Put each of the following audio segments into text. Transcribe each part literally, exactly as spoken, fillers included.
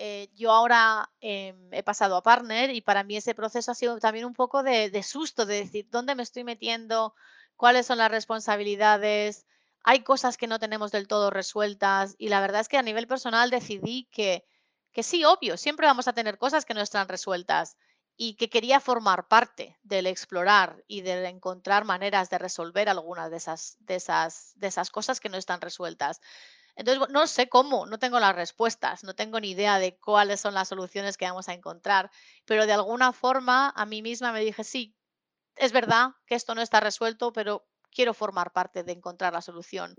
eh, yo ahora eh, he pasado a partner y para mí ese proceso ha sido también un poco de, de susto, de decir, ¿dónde me estoy metiendo? ¿Cuáles son las responsabilidades? Hay cosas que no tenemos del todo resueltas y la verdad es que a nivel personal decidí que, que sí, obvio, siempre vamos a tener cosas que no están resueltas y que quería formar parte del explorar y de encontrar maneras de resolver algunas de esas, de esas, de esas cosas que no están resueltas. Entonces, no sé cómo, no tengo las respuestas, no tengo ni idea de cuáles son las soluciones que vamos a encontrar, pero de alguna forma a mí misma me dije, sí, es verdad que esto no está resuelto, pero quiero formar parte de encontrar la solución.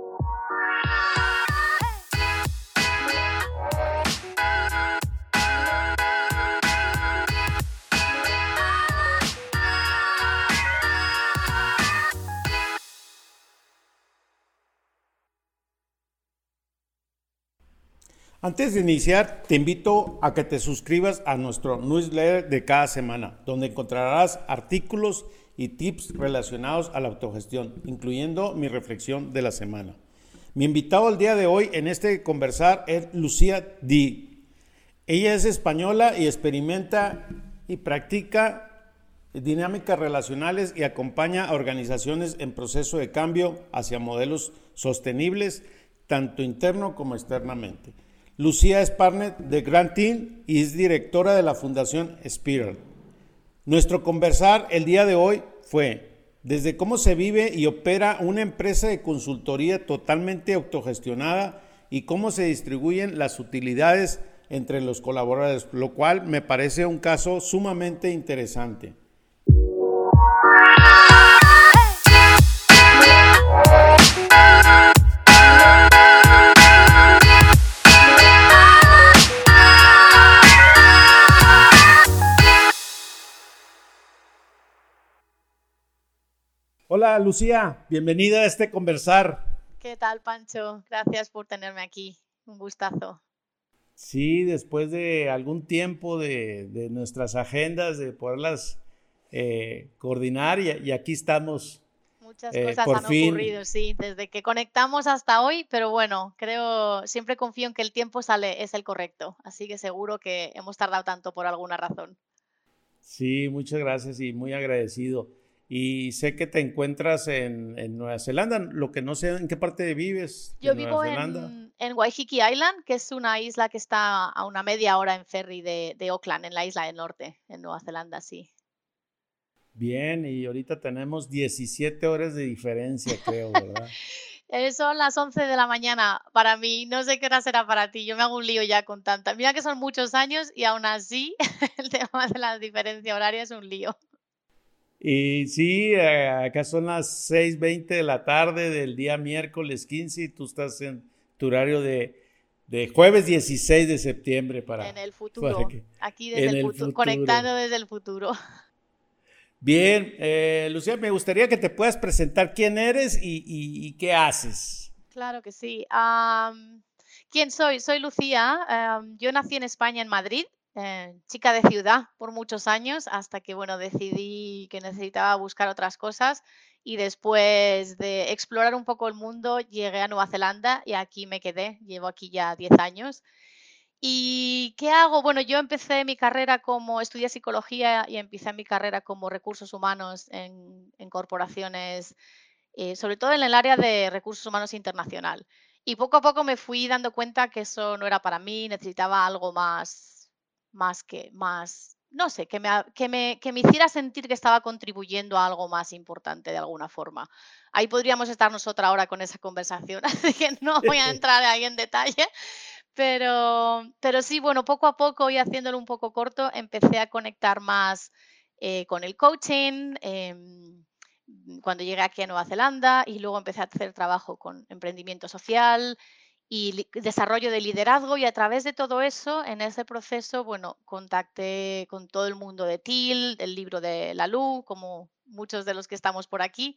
Antes de iniciar, te invito a que te suscribas a nuestro newsletter de cada semana, donde encontrarás artículos y tips relacionados a la autogestión, incluyendo mi reflexión de la semana. Mi invitado al día de hoy en este conversar es Lucía Di. Ella es española y experimenta y practica dinámicas relacionales y acompaña a organizaciones en proceso de cambio hacia modelos sostenibles, tanto interno como externamente. Lucía es partner de Grand Team y es directora de la Fundación Spiral. Nuestro conversar el día de hoy fue desde cómo se vive y opera una empresa de consultoría totalmente autogestionada y cómo se distribuyen las utilidades entre los colaboradores, lo cual me parece un caso sumamente interesante. Hola Lucía, bienvenida a este conversar. ¿Qué tal, Pancho? Gracias por tenerme aquí. Un gustazo. Sí, después de algún tiempo de, de nuestras agendas, de poderlas eh, coordinar y, y aquí estamos Muchas eh, cosas por han ocurrido, fin. sí, desde que conectamos hasta hoy, pero bueno, creo, siempre confío en que el tiempo sale, es el correcto, así que seguro que hemos tardado tanto por alguna razón. Sí, muchas gracias y muy agradecido. Y sé que te encuentras en, en Nueva Zelanda, lo que no sé en qué parte vives de Yo Nueva vivo Zelanda. en, en Waiheke Island, que es una isla que está a una media hora en ferry de, de Auckland, en la isla del norte, en Nueva Zelanda, sí. Bien, y ahorita tenemos diecisiete horas de diferencia, creo, ¿verdad? Eh, son las once de la mañana para mí, no sé qué hora será para ti, yo me hago un lío ya con tanta. Mira que son muchos años y aún así el tema de la diferencia horaria es un lío. Y sí, eh, acá son las seis veinte de la tarde del día miércoles quince y tú estás en tu horario de, de jueves dieciséis de septiembre En para, el para futuro, que aquí desde en el el futuro, futuro. conectando desde el futuro. Bien, eh, Lucía, me gustaría que te puedas presentar quién eres y, y- y qué haces. Claro que sí. Am, ¿quién soy? Soy Lucía. Am, yo nací en España, en Madrid, eh, chica de ciudad por muchos años, hasta que, bueno, decidí que necesitaba buscar otras cosas y después de explorar un poco el mundo, llegué a Nueva Zelanda y aquí me quedé. Llevo aquí ya diez años. ¿Y qué hago? Bueno, yo empecé mi carrera como, estudié psicología y empecé mi carrera como recursos humanos en, en corporaciones, eh, sobre todo en el área de recursos humanos internacional. Y poco a poco me fui dando cuenta que eso no era para mí, necesitaba algo más, más que, más, no sé, que me, ha- que me, que me hiciera sentir que estaba contribuyendo a algo más importante de alguna forma. Ahí podríamos estarnos otra hora con esa conversación, así que no voy a entrar ahí en detalle, pero, pero sí, bueno, poco a poco y haciéndolo un poco corto, empecé a conectar más eh, con el coaching. Em, cuando llegué aquí a Nueva Zelanda y luego empecé a hacer trabajo con emprendimiento social y li- desarrollo de liderazgo y a través de todo eso, en ese proceso, bueno, contacté con todo el mundo de T I L, del libro de La Lu, como muchos de los que estamos por aquí.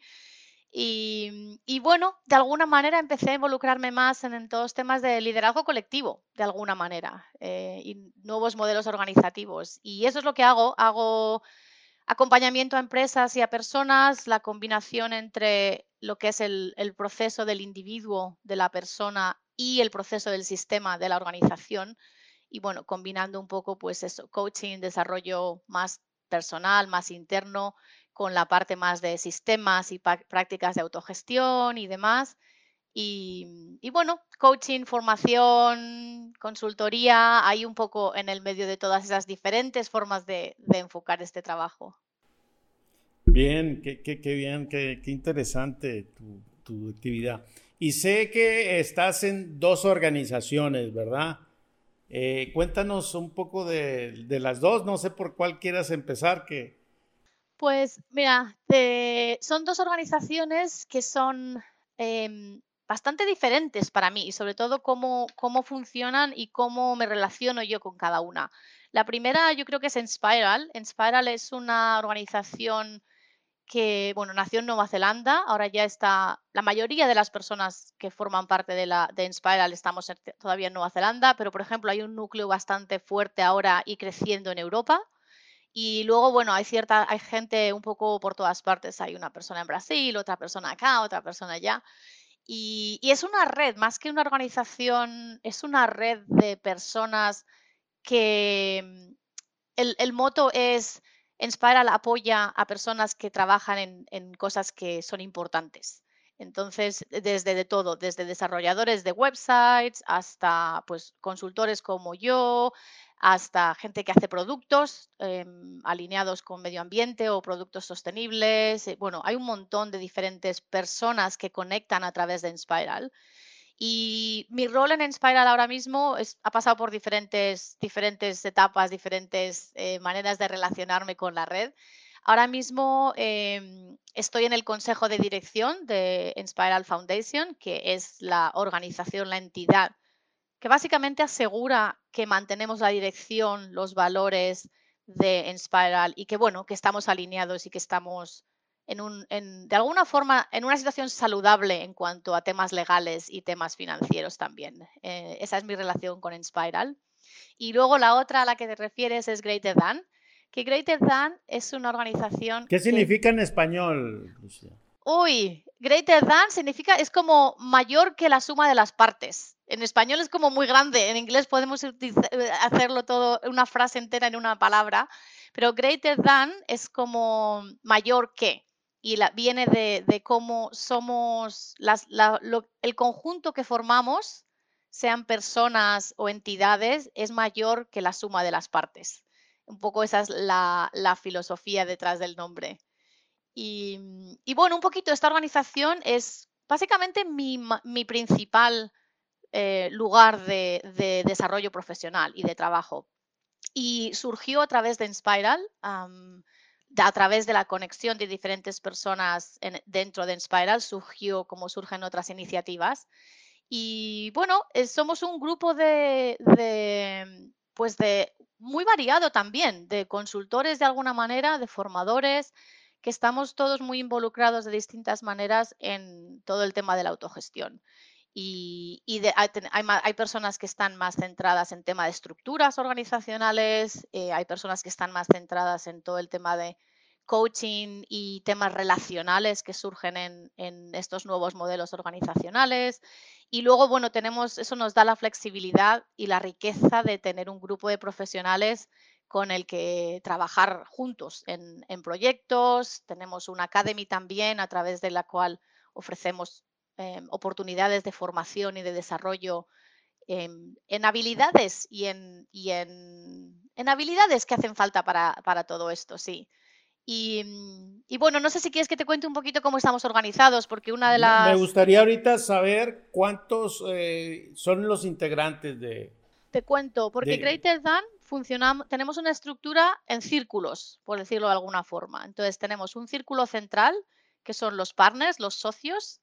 Y, y bueno, de alguna manera empecé a involucrarme más en, en todos temas de liderazgo colectivo, de alguna manera, eh, y nuevos modelos organizativos. Y eso es lo que hago. Hago acompañamiento a empresas y a personas, la combinación entre lo que es el, el proceso del individuo, de la persona y el proceso del sistema, de la organización. y bueno, combinando un poco pues eso, coaching, desarrollo más personal, más interno, con la parte más de sistemas y prácticas de autogestión y demás. Y, y, bueno, coaching, formación, consultoría, hay un poco en el medio de todas esas diferentes formas de, de enfocar este trabajo. Bien, qué, qué, qué bien, qué, qué interesante tu, tu actividad. Y sé que estás en dos organizaciones, ¿verdad? Eh, cuéntanos un poco de, de las dos, no sé por cuál quieras empezar, que... Pues mira, de, son dos organizaciones que son eh, bastante diferentes para mí y sobre todo cómo, cómo funcionan y cómo me relaciono yo con cada una. La primera yo creo que es Enspiral. Enspiral es una organización que, bueno, nació en Nueva Zelanda, ahora ya está, la mayoría de las personas que forman parte de, la, de Enspiral estamos en, todavía en Nueva Zelanda, pero por ejemplo hay un núcleo bastante fuerte ahora y creciendo en Europa. Y luego, bueno, hay cierta, hay gente un poco por todas partes. Hay una persona en Brasil, otra persona acá, otra persona allá. Y, y es una red, más que una organización, es una red de personas que mm, el, el moto es Enspiral apoya a personas que trabajan en, en cosas que son importantes. Entonces, desde de todo, desde desarrolladores de websites hasta pues consultores como yo, hasta gente que hace productos eh, alineados con medio ambiente o productos sostenibles. Eh, Bueno, hay un montón de diferentes personas que conectan a través de Enspiral. Y mi rol en Enspiral ahora mismo es, ha pasado por diferentes, diferentes etapas, diferentes eh, maneras de relacionarme con la red. Ahora mismo eh, estoy en el consejo de dirección de Enspiral Foundation, que es la organización, la entidad que básicamente asegura que mantenemos la dirección, los valores de Enspiral y que, bueno, que estamos alineados y que estamos en un, en, de alguna forma en una situación saludable en cuanto a temas legales y temas financieros también. Eh, esa es mi relación con Enspiral. Y luego la otra a la que te refieres es Greater Than, que Greater Than es una organización ¿Qué que significa en español, Lucía? Uy, greater than significa, es como mayor que la suma de las partes. En español es como muy grande, en inglés podemos hacerlo todo, una frase entera en una palabra, pero greater than es como mayor que, y la, viene de, de cómo somos, las, la, lo, el conjunto que formamos, sean personas o entidades, es mayor que la suma de las partes. Un poco esa es la, la filosofía detrás del nombre. Y, y, bueno, un poquito esta organización es básicamente mi, mi principal eh, lugar de, de, desarrollo profesional y de trabajo. Y surgió a través de Enspiral, um, de, a través de la conexión de diferentes personas en, dentro de Enspiral, surgió como surgen otras iniciativas. Y bueno, eh, somos un grupo de, de, pues de muy variado también, de consultores de alguna manera, de formadores, que estamos todos muy involucrados de distintas maneras en todo el tema de la autogestión. Y, y de, hay, hay, personas que están más centradas en tema de estructuras organizacionales, eh, hay personas que están más centradas en todo el tema de coaching y temas relacionales que surgen en, en estos nuevos modelos organizacionales. Y luego, bueno, tenemos, eso nos da la flexibilidad y la riqueza de tener un grupo de profesionales con el que trabajar juntos en, en proyectos. Tenemos una academy también a través de la cual ofrecemos eh, oportunidades de formación y de desarrollo eh, en habilidades y, en, y en, en, habilidades que hacen falta para, para todo esto, sí. Y, y, bueno, no sé si quieres que te cuente un poquito cómo estamos organizados, porque una de Me, me las... gustaría ahorita saber cuántos eh, son los integrantes de, Te cuento, porque de... Greater Than funcionamos, tenemos una estructura en círculos, por decirlo de alguna forma. Entonces tenemos un círculo central, que son los partners, los socios,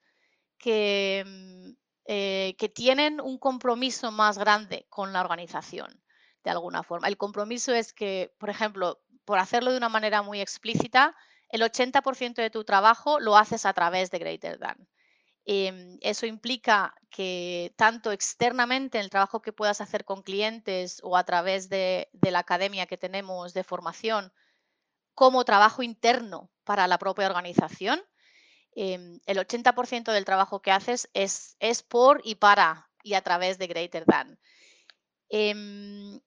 que, eh, que tienen un compromiso más grande con la organización, de alguna forma. El compromiso es que, por ejemplo, por hacerlo de una manera muy explícita, el ochenta por ciento de tu trabajo lo haces a través de Greater Than. Eh, eso implica que tanto externamente en el trabajo que puedas hacer con clientes o a través de, de la academia que tenemos de formación, como trabajo interno para la propia organización, eh, el ochenta por ciento del trabajo que haces es, es por y para y a través de Greater Than. Eh,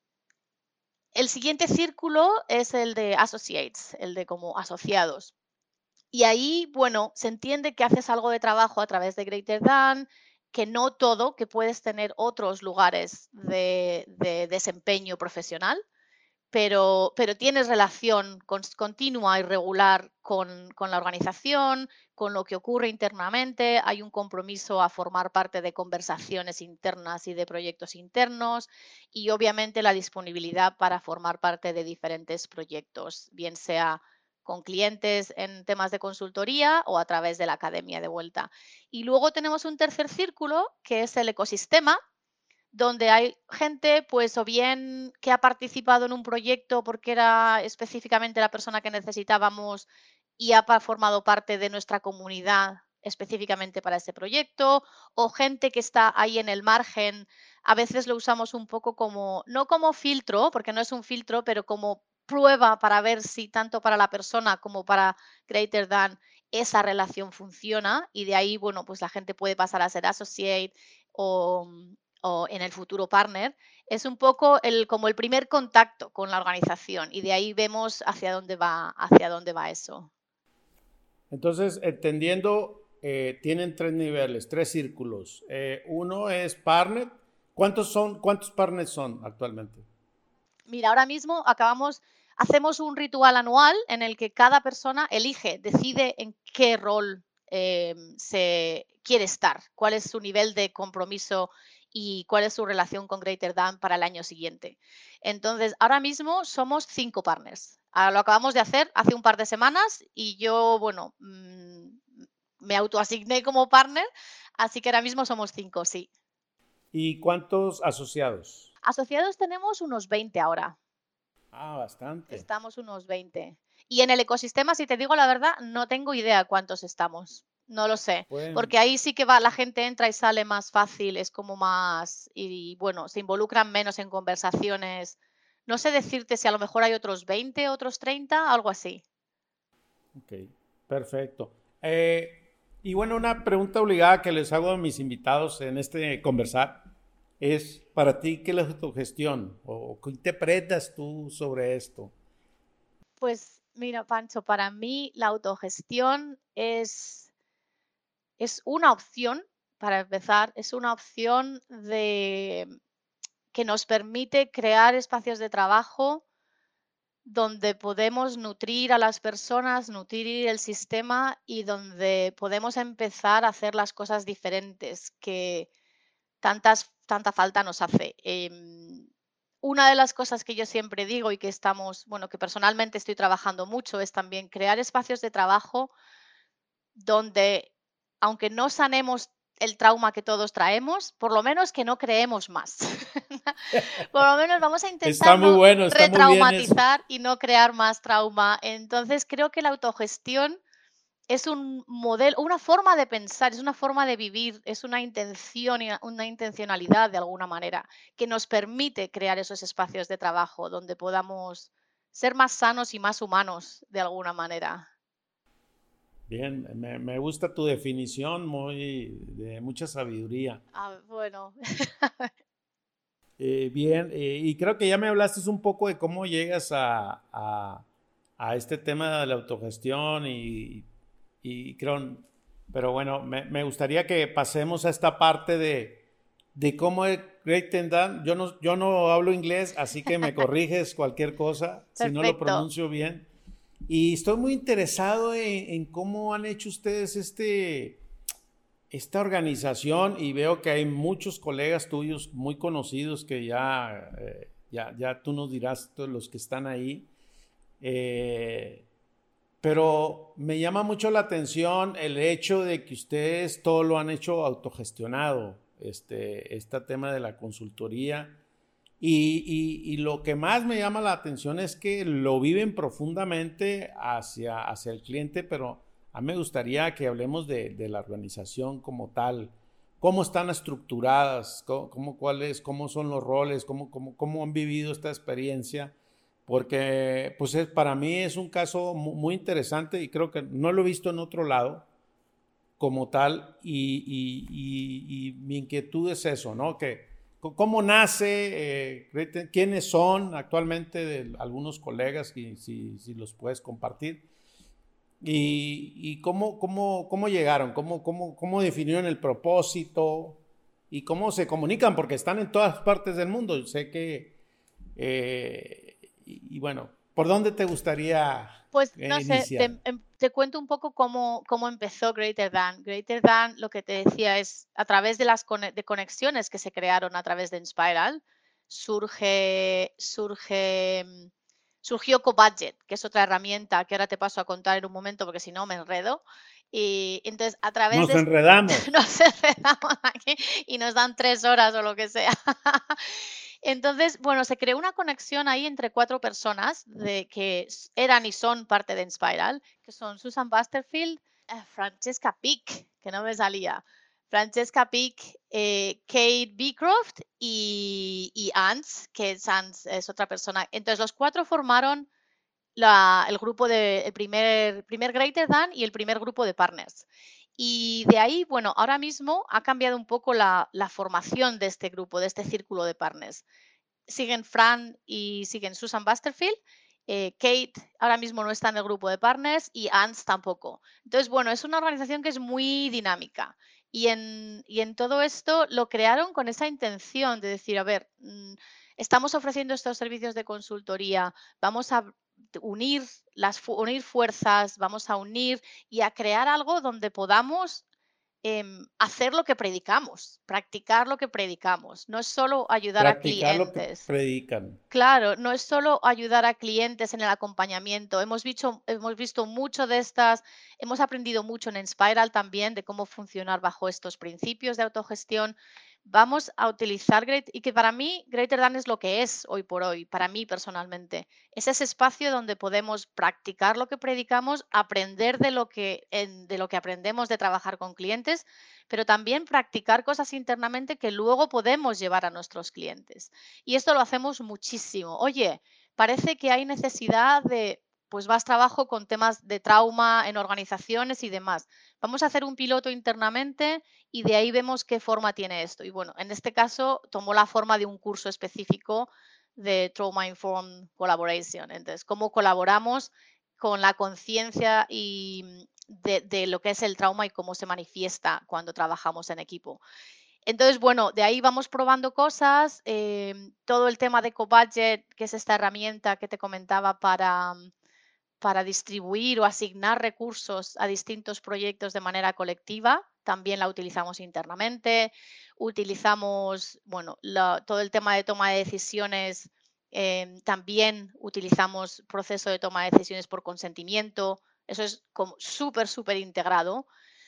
el siguiente círculo es el de associates, el de como asociados. Y ahí, bueno, se entiende que haces algo de trabajo a través de Greater Than, que no todo, que puedes tener otros lugares de, de desempeño profesional, pero, pero tienes relación con, continua y regular con, con la organización, con lo que ocurre internamente, hay un compromiso a formar parte de conversaciones internas y de proyectos internos y obviamente la disponibilidad para formar parte de diferentes proyectos, bien sea con clientes en temas de consultoría o a través de la academia de vuelta. Y luego tenemos un tercer círculo que es el ecosistema, donde hay gente, pues, o bien que ha participado en un proyecto porque era específicamente la persona que necesitábamos y ha formado parte de nuestra comunidad específicamente para ese proyecto, o gente que está ahí en el margen. A veces lo usamos un poco como, no como filtro, porque no es un filtro, pero como prueba para ver si tanto para la persona como para Greater Than esa relación funciona y de ahí, bueno, pues la gente puede pasar a ser associate o, o en el futuro partner, es un poco el, como el primer contacto con la organización y de ahí vemos hacia dónde va, hacia dónde va eso. Entonces, entendiendo, eh, tienen tres niveles, tres círculos. Eh, uno es partner. ¿Cuántos son? ¿Cuántos partners son actualmente? Mira, ahora mismo acabamos, hacemos un ritual anual en el que cada persona elige, decide en qué rol eh, se quiere estar, cuál es su nivel de compromiso y cuál es su relación con Greater Than para el año siguiente. Entonces, ahora mismo somos cinco partners. Ahora lo acabamos de hacer hace un par de semanas y yo, bueno, mmm, me autoasigné como partner, así que ahora mismo somos cinco, sí. ¿Y cuántos asociados? Asociados tenemos unos veinte ahora. Ah, bastante. Estamos unos veinte. Y en el ecosistema, si te digo la verdad, no tengo idea cuántos estamos. No lo sé, Bueno, porque ahí sí que va, la gente entra y sale más fácil, es como más, y bueno, se involucran menos en conversaciones. No sé decirte si a lo mejor hay otros veinte, otros treinta, algo así. ok, perfecto. Eh, y bueno, una pregunta obligada que les hago a mis invitados en este conversar es, para ti, ¿qué es la autogestión? ¿O qué interpretas tú sobre esto? Pues mira, Pancho, para mí la autogestión es, es una opción, para empezar, es una opción de que nos permite crear espacios de trabajo donde podemos nutrir a las personas, nutrir el sistema y donde podemos empezar a hacer las cosas diferentes que tantas, tanta falta nos hace. Eh, una de las cosas que yo siempre digo y que estamos, bueno, que personalmente estoy trabajando mucho es también crear espacios de trabajo donde, aunque no sanemos el trauma que todos traemos, por lo menos que no creemos más. Por lo menos vamos a Está intentar muy no bueno, está muy bien eso. retraumatizar y no crear más trauma. Entonces, creo que la autogestión es un modelo, una forma de pensar, es una forma de vivir, es una intención y una intencionalidad de alguna manera que nos permite crear esos espacios de trabajo donde podamos ser más sanos y más humanos de alguna manera. Bien, me, me gusta tu definición, muy de mucha sabiduría. Ah, bueno, Eh, bien, eh, y creo que ya me hablaste un poco de cómo llegas a, a, a este tema de la autogestión y, y creo, pero bueno, me, me gustaría que pasemos a esta parte de, de cómo es Great Tendan. Yo no, yo no hablo inglés, así que me corriges cualquier cosa si no lo perfecto. pronuncio bien. Y estoy muy interesado en, en cómo han hecho ustedes este, esta organización y veo que hay muchos colegas tuyos muy conocidos que ya, eh, ya, ya tú nos dirás todos los que están ahí. Eh, pero me llama mucho la atención el hecho de que ustedes todo lo han hecho autogestionado, este, este tema de la consultoría. Y, y, y, lo que más me llama la atención es que lo viven profundamente hacia, hacia el cliente, pero a mí me gustaría que hablemos de, de la organización como tal, cómo están estructuradas, cómo, cómo, cuáles, cómo son los roles, cómo, cómo, cómo han vivido esta experiencia, porque pues es, para mí es un caso muy interesante y creo que no lo he visto en otro lado como tal y, y, y, y mi inquietud es eso, ¿no? Que ¿cómo nace? Eh, ¿Quiénes son actualmente de algunos colegas? Y si, si los puedes compartir. ¿Y, y cómo, cómo, cómo llegaron? ¿Cómo, cómo, ¿Cómo definieron el propósito? ¿Y cómo se comunican? Porque están en todas partes del mundo. Yo sé que... Eh, y, y bueno, ¿por dónde te gustaría Pues eh, no sé, te, iniciar? em, te cuento un poco cómo, cómo empezó Greater Than. Greater Than, lo que te decía es, a través de las cone- de conexiones que se crearon a través de Inspiral, surge, surge, mm, surgió CoBudget, que es otra herramienta que ahora te paso a contar en un momento porque si no me enredo. Y entonces a través Nos de enredamos. nos enredamos aquí y nos dan tres horas o lo que sea. Entonces, bueno, se creó una conexión ahí entre cuatro personas de que s- eran y son parte de Inspiral, que son Susan Basterfield, eh, Francesca Pick, que no me salía, Francesca Pick, eh, Kate Beecroft y, y Ans, que es, Ans es otra persona. Entonces, los cuatro formaron la- el grupo de, el primer, primer Greater Than y el primer grupo de partners. Y de ahí, bueno, ahora mismo ha cambiado un poco la, la formación de este grupo, de este círculo de partners. Siguen Fran y siguen Susan Basterfield. Eh, Kate ahora mismo no está en el grupo de partners y Ans tampoco. Entonces, bueno, es una organización que es muy dinámica. Y en, y en todo esto lo crearon con esa intención de decir, a ver, mm, estamos ofreciendo estos servicios de consultoría, vamos a unir, las, unir fuerzas, vamos a unir y a crear algo donde podamos em, hacer lo que predicamos, practicar lo que predicamos. No es solo ayudar a Practicar lo que clientes. predican. Claro, no es solo ayudar a clientes en el acompañamiento. Hemos visto, hemos visto mucho de estas, hemos aprendido mucho en Inspiral también de cómo funcionar bajo estos principios de autogestión. Vamos a utilizar Great, y que para mí Greater Than es lo que es hoy por hoy, para mí personalmente. Es ese espacio donde podemos practicar lo que predicamos, aprender de lo que, en, de lo que aprendemos de trabajar con clientes, pero también practicar cosas internamente que luego podemos llevar a nuestros clientes. Y esto lo hacemos muchísimo. Oye, parece que hay necesidad de, pues más trabajo con temas de trauma en organizaciones y demás. Vamos a hacer un piloto internamente y de ahí vemos qué forma tiene esto. Y bueno, en este caso tomó la forma de un curso específico de Trauma Informed Collaboration. Entonces, cómo colaboramos con la conciencia y de, de lo que es el trauma y cómo se manifiesta cuando trabajamos en equipo. Entonces, bueno, de ahí vamos probando cosas. Eh, todo el tema de CoBudget, que es esta herramienta que te comentaba para, para distribuir o asignar recursos a distintos proyectos de manera colectiva, también la utilizamos internamente. Utilizamos, bueno, la, todo el tema de toma de decisiones, eh, también utilizamos proceso de toma de decisiones por consentimiento. Eso es como súper, súper integrado.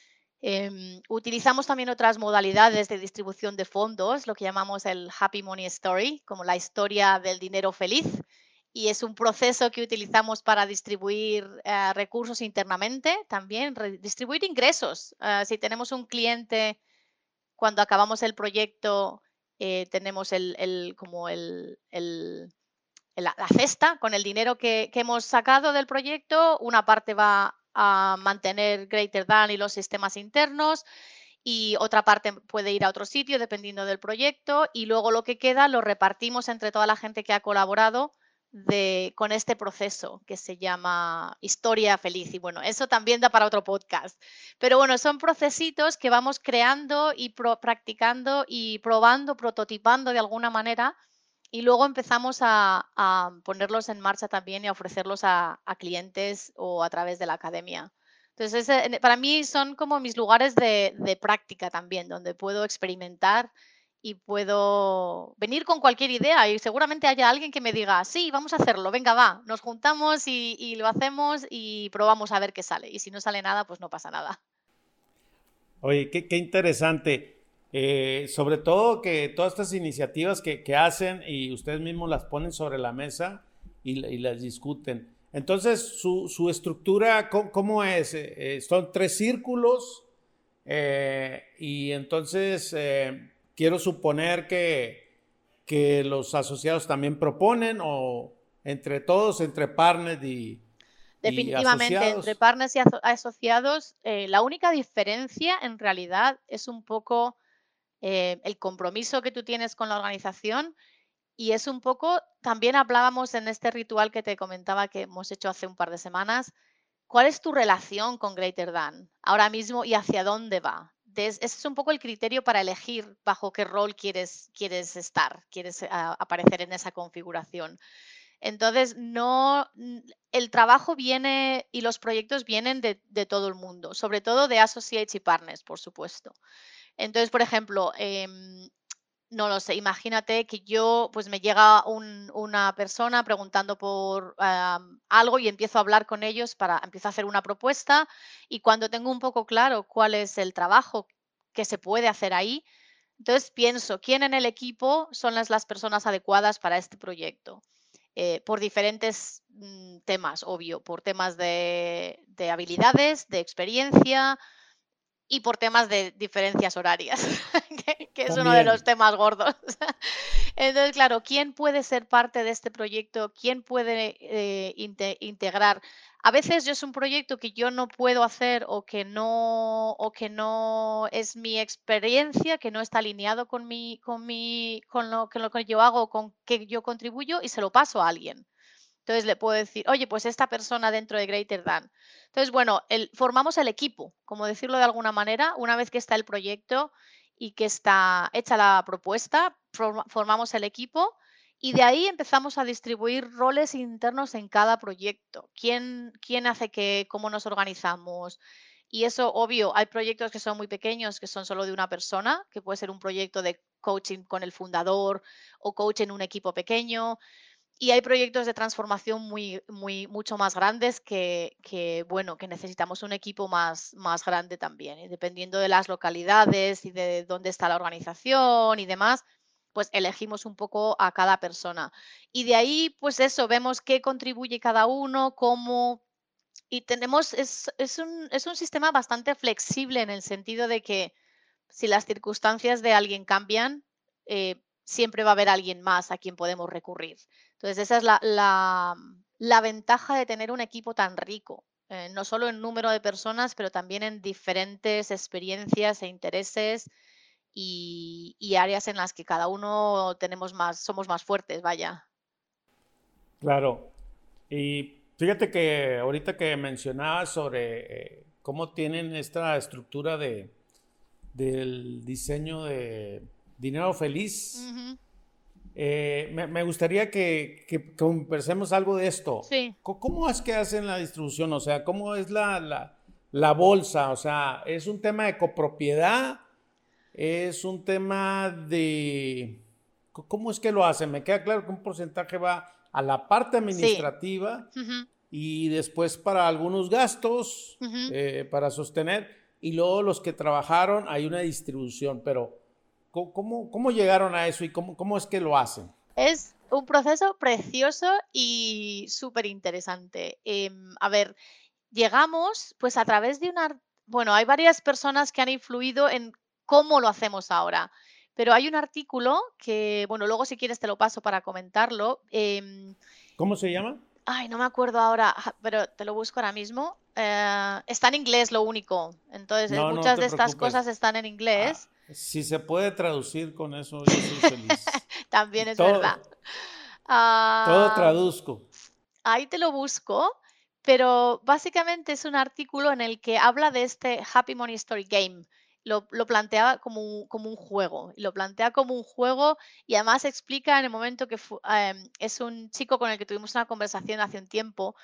Eh, utilizamos también otras modalidades de distribución de fondos, lo que llamamos el Happy Money Story, como la historia del dinero feliz. Y es un proceso que utilizamos para distribuir uh, recursos internamente, también distribuir ingresos. Uh, si tenemos un cliente, cuando acabamos el proyecto, eh, tenemos el, el, como el, el la, la cesta con el dinero que, que, hemos sacado del proyecto. Una parte va a mantener Greater Than y los sistemas internos y otra parte puede ir a otro sitio dependiendo del proyecto y luego lo que queda lo repartimos entre toda la gente que ha colaborado de, con este proceso que se llama Historia Feliz. Y bueno, eso también da para otro podcast. Pero bueno, son procesitos que vamos creando y pro, practicando y probando, prototipando de alguna manera. Y luego empezamos a, a, ponerlos en marcha también y a ofrecerlos a, a, clientes o a través de la academia. Entonces, ese, para mí son como mis lugares de, de práctica también, donde puedo experimentar y puedo venir con cualquier idea y seguramente haya alguien que me diga, sí, vamos a hacerlo, venga, va, nos juntamos y, y lo hacemos y probamos a ver qué sale. Y si no sale nada, pues no pasa nada. Oye, qué, qué interesante. Eh, sobre todo que todas estas iniciativas que, que hacen y ustedes mismos las ponen sobre la mesa y, y las discuten. Entonces, su, su estructura, ¿cómo, cómo es? Eh, son tres círculos eh, y entonces eh, quiero suponer que, que los asociados también proponen o entre todos, entre partners y, y Definitivamente, entre asociados. partners y aso asociados, eh, la única diferencia en realidad es un poco eh, el compromiso que tú tienes con la organización. Y es un poco, también hablábamos en este ritual que te comentaba que hemos hecho hace un par de semanas, ¿cuál es tu relación con Greater Than ahora mismo y hacia dónde va? Des- ese es un poco el criterio para elegir bajo qué rol quieres, quieres estar, quieres ah, aparecer en esa configuración. Entonces, no, n- el trabajo viene y los proyectos vienen de, de todo el mundo, sobre todo de associates y partners, por supuesto. Entonces, por ejemplo, em, no lo sé, imagínate que yo, pues me llega un- una persona preguntando por am, algo y empiezo a hablar con ellos para, empiezo a hacer una propuesta y cuando tengo un poco claro cuál es el trabajo que se puede hacer ahí, entonces pienso quién en el equipo son las, las personas adecuadas para este proyecto. Eh, por diferentes mm, temas, obvio, por temas de, de habilidades, de experiencia, y por temas de diferencias horarias, que, que es uno de los También. temas gordos. Entonces, claro, ¿quién puede ser parte de este proyecto? ¿Quién puede eh, inte- integrar? A veces yo es un proyecto que yo no puedo hacer o que no, o que no es mi experiencia, que no está alineado con mi, con mi, con lo, con lo que yo hago, con que yo contribuyo y se lo paso a alguien. Entonces le puedo decir, oye, pues esta persona dentro de Greater Than. Entonces, bueno, el, formamos el equipo, como decirlo de alguna manera, una vez que está el proyecto y que está hecha la propuesta, forma- formamos el equipo y de ahí empezamos a distribuir roles internos en cada proyecto. ¿Quién, quién hace qué? ¿Cómo nos organizamos? Y eso, obvio, hay proyectos que son muy pequeños, que son solo de una persona, que puede ser un proyecto de coaching con el fundador o coach en un equipo pequeño, y hay proyectos de transformación muy, muy, mucho más grandes que, que, bueno, que necesitamos un equipo más, más grande también. Y dependiendo de las localidades y de dónde está la organización y demás, pues elegimos un poco a cada persona. Y de ahí, pues eso, vemos qué contribuye cada uno, cómo. Y tenemos, es, es un, es un sistema bastante flexible en el sentido de que si las circunstancias de alguien cambian, eh, siempre va a haber alguien más a quien podemos recurrir. Entonces, esa es la, la, la ventaja de tener un equipo tan rico, eh, no solo en número de personas, pero también en diferentes experiencias e intereses y, y áreas en las que cada uno tenemos más, somos más fuertes, vaya. Claro. Y fíjate que ahorita que mencionabas sobre eh, cómo tienen esta estructura de, del diseño de dinero feliz, Ujú. eh, me, me gustaría que, que conversemos algo de esto. Sí. Co- ¿Cómo es que hacen la distribución? O sea, ¿cómo es la, la, la bolsa? O sea, ¿es un tema de copropiedad? ¿Es un tema de... co- ¿Cómo es que lo hacen? Me queda claro que un porcentaje va a la parte Sí. administrativa Ujú, y después para algunos gastos, ujú. eh, para sostener, y luego los que trabajaron hay una distribución, pero ¿cómo, cómo, cómo llegaron a eso y cómo, cómo es que lo hacen? Es un proceso precioso y súper interesante. Em, a ver, llegamos, pues, a través de una, bueno, hay varias personas que han influido en cómo lo hacemos ahora, pero hay un artículo que, bueno, luego si quieres te lo paso para comentarlo. Em, ¿Cómo se llama? ay, no me acuerdo ahora, ja, pero te lo busco ahora mismo. Eh, está en inglés lo único. Entonces, eh, No, no muchas te de estas preocupes. cosas están en Ah, inglés. si se puede traducir con eso, yo soy feliz. También es verdad. Todo, todo Ah, traduzco. ahí te lo busco, pero básicamente es un artículo en el que habla de este Happy Money Story Game. Lo, lo plantea como un, como un juego, y lo plantea como un juego y además explica en el momento que fu- em, es un chico con el que tuvimos una conversación hace un tiempo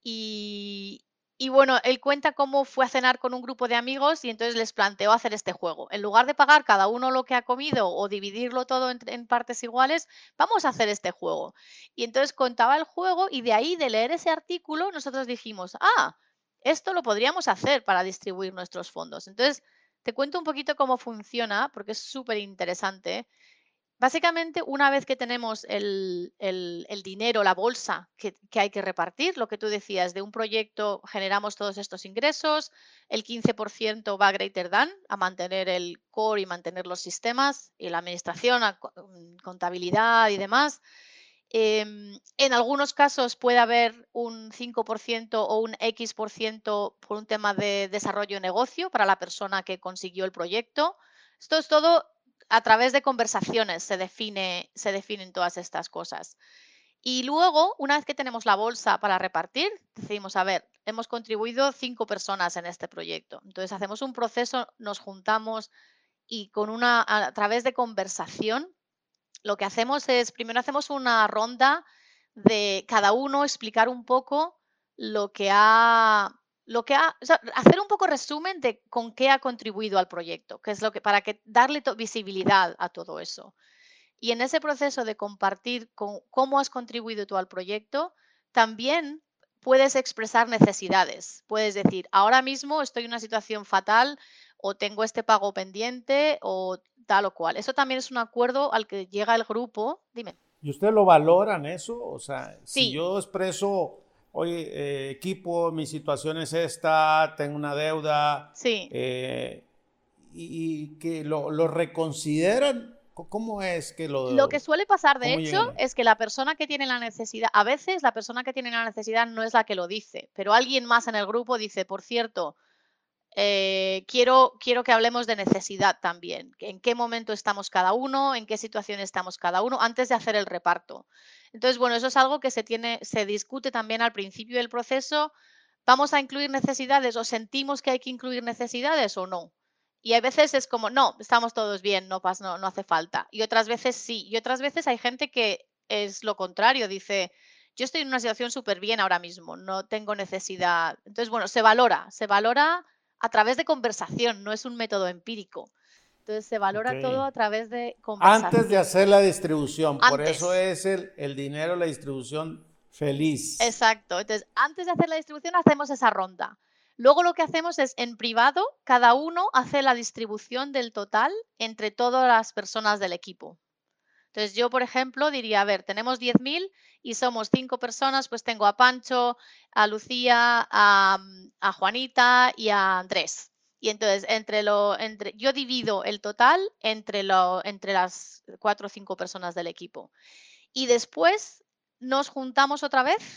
y, y bueno, él cuenta cómo fue a cenar con un grupo de amigos y entonces les planteó hacer este juego. En lugar de pagar cada uno lo que ha comido o dividirlo todo en en partes iguales, vamos a hacer este juego. Y entonces contaba el juego y de ahí, de leer ese artículo, nosotros dijimos, ah, esto lo podríamos hacer para distribuir nuestros fondos. Entonces, te cuento un poquito cómo funciona, porque es súper interesante. Básicamente, una vez que tenemos el, el- el dinero, la bolsa que, que hay que repartir, lo que tú decías, de un proyecto generamos todos estos ingresos, el quince por ciento va a Greater Than, a mantener el core y mantener los sistemas y la administración, a co- mm, contabilidad y demás. Em, en algunos casos puede haber un cinco por ciento o un X por ciento por un tema de desarrollo de negocio para la persona que consiguió el proyecto. Esto es todo, a través de conversaciones se define, se definen todas estas cosas. Y luego, una vez que tenemos la bolsa para repartir, decimos, a ver, hemos contribuido cinco personas en este proyecto. Entonces hacemos un proceso, nos juntamos y con una, a través de conversación, lo que hacemos es, primero hacemos una ronda de cada uno explicar un poco lo que ha, lo que ha, o sea, hacer un poco resumen de con qué ha contribuido al proyecto, que es lo que, para que darle visibilidad a todo eso. Y en ese proceso de compartir con, cómo has contribuido tú al proyecto, también puedes expresar necesidades. Puedes decir, ahora mismo estoy en una situación fatal o tengo este pago pendiente o tal o cual. Eso también es un acuerdo al que llega el grupo. Dime. ¿Y ustedes lo valoran eso? O sea, si Sí, yo expreso, oye, eh, equipo, mi situación es esta, tengo una deuda, sí. eh, y, y que lo, lo reconsideran, ¿cómo es que Lo que lo, suele pasar, de cómo hecho, llegan ahí? es que la persona que tiene la necesidad, a veces la persona que tiene la necesidad no es la que lo dice, pero alguien más en el grupo dice, por cierto, Eh, quiero, quiero que hablemos de necesidad también. En qué momento estamos cada uno, en qué situación estamos cada uno, antes de hacer el reparto. Entonces, bueno, eso es algo que se tiene, se discute también al principio del proceso. ¿Vamos a incluir necesidades o sentimos que hay que incluir necesidades o no? Y hay veces es como, no, estamos todos bien, no, pas, no, no hace falta. Y otras veces sí. Y otras veces hay gente que es lo contrario, dice, yo estoy en una situación súper bien ahora mismo, no tengo necesidad. Entonces, bueno, se valora, se valora a través de conversación, no es un método empírico. Entonces se Ok. valora todo a través de Antes de conversación. hacer la distribución, por eso Antes, es el, el dinero, la distribución feliz. exacto. Entonces, antes de hacer la distribución hacemos esa ronda. Luego lo que hacemos es, en privado, cada uno hace la distribución del total entre todas las personas del equipo. Entonces, yo, por ejemplo, diría, a ver, tenemos diez mil y somos cinco personas, pues tengo a Pancho, a Lucía, a, a Juanita y a Andrés. Y entonces, entre lo, entre, yo divido el total entre, lo, entre las cuatro o cinco personas del equipo. Y después nos juntamos otra vez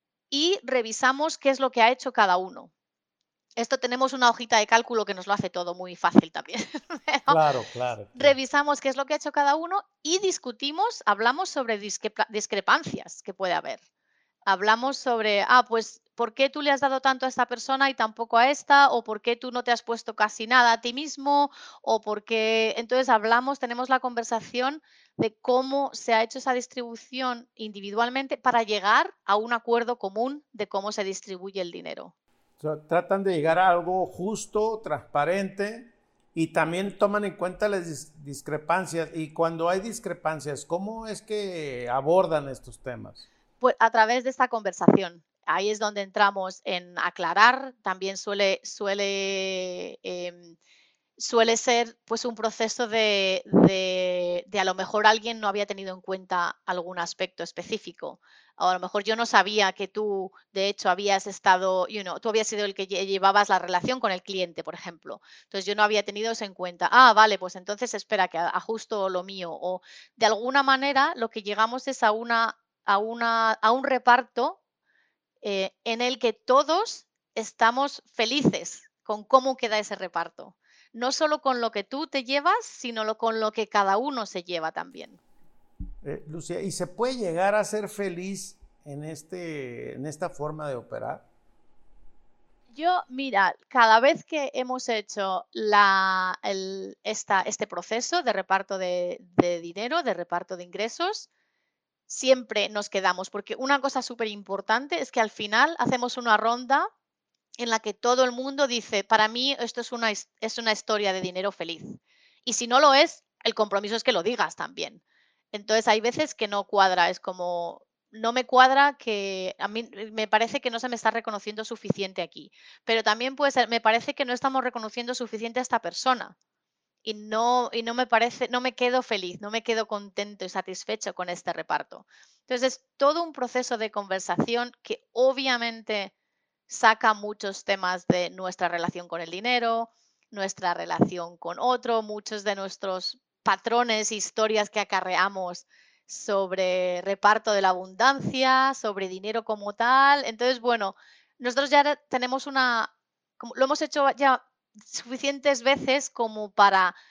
y revisamos qué es lo que ha hecho cada uno. Esto tenemos una hojita de cálculo que nos lo hace todo muy fácil también. Pero Claro, claro, claro. revisamos qué es lo que ha hecho cada uno y discutimos, hablamos sobre discrepa discrepancias que puede haber. Hablamos sobre, ah, pues, ¿por qué tú le has dado tanto a esta persona y tampoco a esta? ¿O por qué tú no te has puesto casi nada a ti mismo? ¿O por qué? Entonces hablamos, tenemos la conversación de cómo se ha hecho esa distribución individualmente para llegar a un acuerdo común de cómo se distribuye el dinero. O sea, tratan de llegar a algo justo, transparente y también toman en cuenta las dis discrepancias. Y cuando hay discrepancias, ¿cómo es que abordan estos temas? Pues a través de esta conversación. Ahí es donde entramos en aclarar. También suele, suele, eh, suele ser pues un proceso de, de, de, a lo mejor alguien no había tenido en cuenta algún aspecto específico. O a lo mejor yo no sabía que tú, de hecho, habías estado, you know, tú habías sido el que llevabas la relación con el cliente, por ejemplo. Entonces yo no había tenido eso en cuenta. Ah, vale, pues entonces espera que ajusto lo mío. O de alguna manera lo que llegamos es a una a, una, a un reparto eh, en el que todos estamos felices con cómo queda ese reparto. No solo con lo que tú te llevas, sino lo, con lo que cada uno se lleva también. Eh, Lucía, ¿y se puede llegar a ser feliz en, este, en esta forma de operar? Yo, mira, cada vez que hemos hecho la, el, esta, este proceso de reparto de, de dinero, de reparto de ingresos, siempre nos quedamos, porque una cosa súper importante es que al final hacemos una ronda en la que todo el mundo dice, para mí esto es una, es una historia de dinero feliz. Y si no lo es, el compromiso es que lo digas también. Entonces hay veces que no cuadra, es como, no me cuadra que a mí me parece que no se me está reconociendo suficiente aquí. Pero también puede ser, me parece que no estamos reconociendo suficiente a esta persona. Y no, y no me parece, no me quedo feliz, no me quedo contento y satisfecho con este reparto. Entonces es todo un proceso de conversación que obviamente saca muchos temas de nuestra relación con el dinero, nuestra relación con otro, muchos de nuestros patrones, historias que acarreamos sobre reparto de la abundancia, sobre dinero como tal. Entonces, bueno, nosotros ya tenemos una, como lo hemos hecho ya suficientes veces como para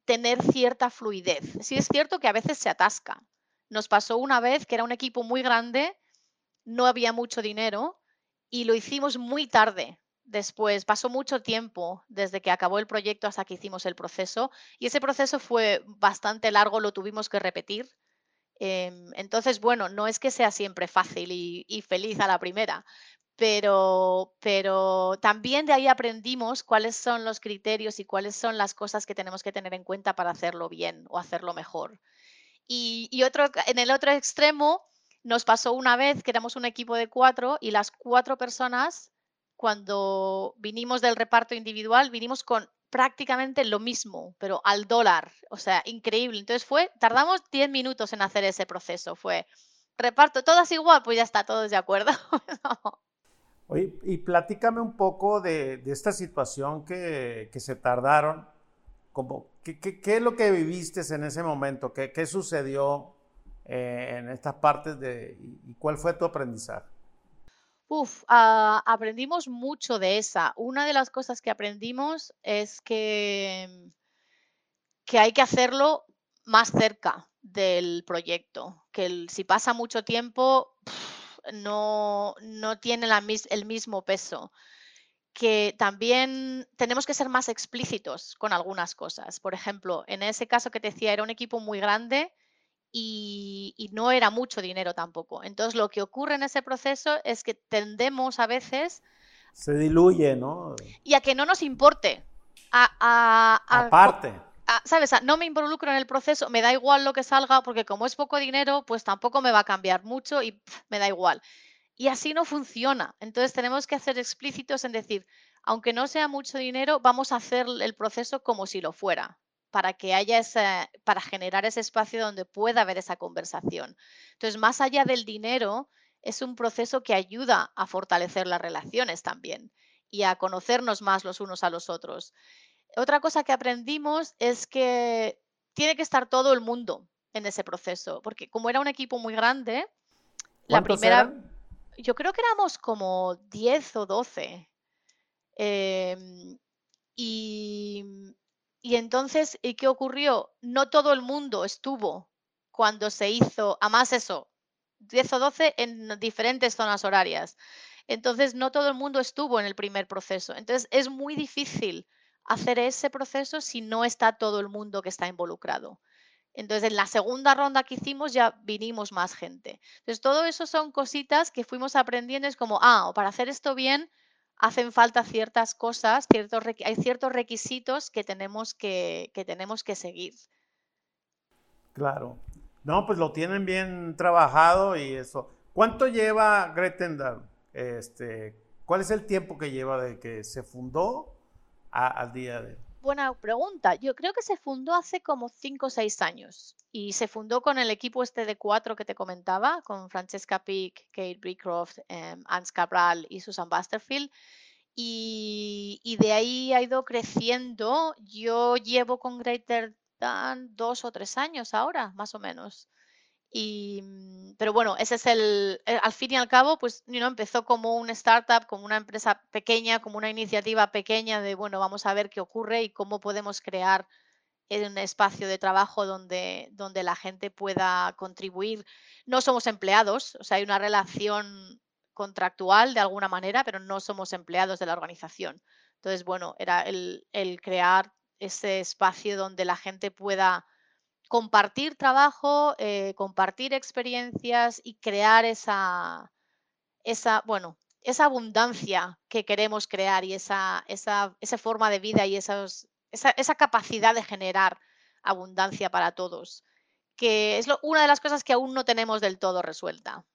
tener cierta fluidez. Sí es cierto que a veces se atasca. Nos pasó una vez que era un equipo muy grande, no había mucho dinero y lo hicimos muy tarde. Después pasó mucho tiempo desde que acabó el proyecto hasta que hicimos el proceso y ese proceso fue bastante largo, lo tuvimos que repetir. Em, entonces, bueno, no es que sea siempre fácil y, y feliz a la primera, pero, pero también de ahí aprendimos cuáles son los criterios y cuáles son las cosas que tenemos que tener en cuenta para hacerlo bien o hacerlo mejor. Y, y otro, en el otro extremo nos pasó una vez que éramos un equipo de cuatro y las cuatro personas, cuando vinimos del reparto individual, vinimos con prácticamente lo mismo, pero al dólar. O sea, increíble. Entonces fue, tardamos diez minutos en hacer ese proceso. Fue reparto, todas igual, pues ya está, todos de acuerdo. No. Oye, y platícame un poco de, de esta situación que, que se tardaron. Como, ¿qué, qué, qué es lo que viviste en ese momento? ¿Qué, qué sucedió eh, en estas partes de, y, y cuál fue tu aprendizaje? Uf, ah, aprendimos mucho de esa. Una de las cosas que aprendimos es que que hay que hacerlo más cerca del proyecto, que el, si pasa mucho tiempo pf, no, no tiene la mis, el mismo peso, que también tenemos que ser más explícitos con algunas cosas. Por ejemplo, en ese caso que te decía, era un equipo muy grande y, y no era mucho dinero tampoco. Entonces, lo que ocurre en ese proceso es que tendemos a veces Se diluye, ¿no? y a que no nos importe. A, a, a, Aparte, a, ¿sabes? A, no me involucro en el proceso, me da igual lo que salga, porque como es poco dinero, pues tampoco me va a cambiar mucho y pff, me da igual. Y así no funciona. Entonces tenemos que ser explícitos en decir, aunque no sea mucho dinero, vamos a hacer el proceso como si lo fuera, para que haya ese, para generar ese espacio donde pueda haber esa conversación. Entonces, más allá del dinero, es un proceso que ayuda a fortalecer las relaciones también y a conocernos más los unos a los otros. Otra cosa que aprendimos es que tiene que estar todo el mundo en ese proceso, porque como era un equipo muy grande, la ¿cuántos primera, eran? yo creo que éramos como diez o doce. em, y, y entonces, ¿y qué ocurrió? No todo el mundo estuvo cuando se hizo, además eso, diez o doce en diferentes zonas horarias. Entonces, no todo el mundo estuvo en el primer proceso. Entonces, es muy difícil hacer ese proceso si no está todo el mundo que está involucrado. Entonces, en la segunda ronda que hicimos ya vinimos más gente. Entonces, todo eso son cositas que fuimos aprendiendo. Es como, ah, para hacer esto bien hacen falta ciertas cosas, ciertos hay ciertos requisitos que tenemos que, que tenemos que seguir. Claro. No, pues lo tienen bien trabajado y eso. ¿Cuánto lleva Gretendal? Este, ¿cuál es el tiempo que lleva de que se fundó a- al día de hoy? Buena pregunta. Yo creo que se fundó hace como cinco o seis años y se fundó con el equipo este de cuatro que te comentaba, con Francesca Pic, Kate Beecroft, eh, Ans Cabral y Susan Basterfield. Y, y, de ahí ha ido creciendo. Yo llevo con Greater Dan dos o tres años ahora, más o menos. Y, mm, pero bueno, ese es el, eh, al fin y al cabo, pues you know, empezó como un startup, como una empresa pequeña, como una iniciativa pequeña de, bueno, vamos a ver qué ocurre y cómo podemos crear un espacio de trabajo donde, donde la gente pueda contribuir. No somos empleados, o sea, hay una relación contractual de alguna manera, pero no somos empleados de la organización. Entonces, bueno, era el, el crear ese espacio donde la gente pueda compartir trabajo, eh, compartir experiencias y crear esa, esa, bueno, esa abundancia que queremos crear y esa, esa, esa forma de vida y esos, esa, esa capacidad de generar abundancia para todos, que es lo, una de las cosas que aún no tenemos del todo resuelta.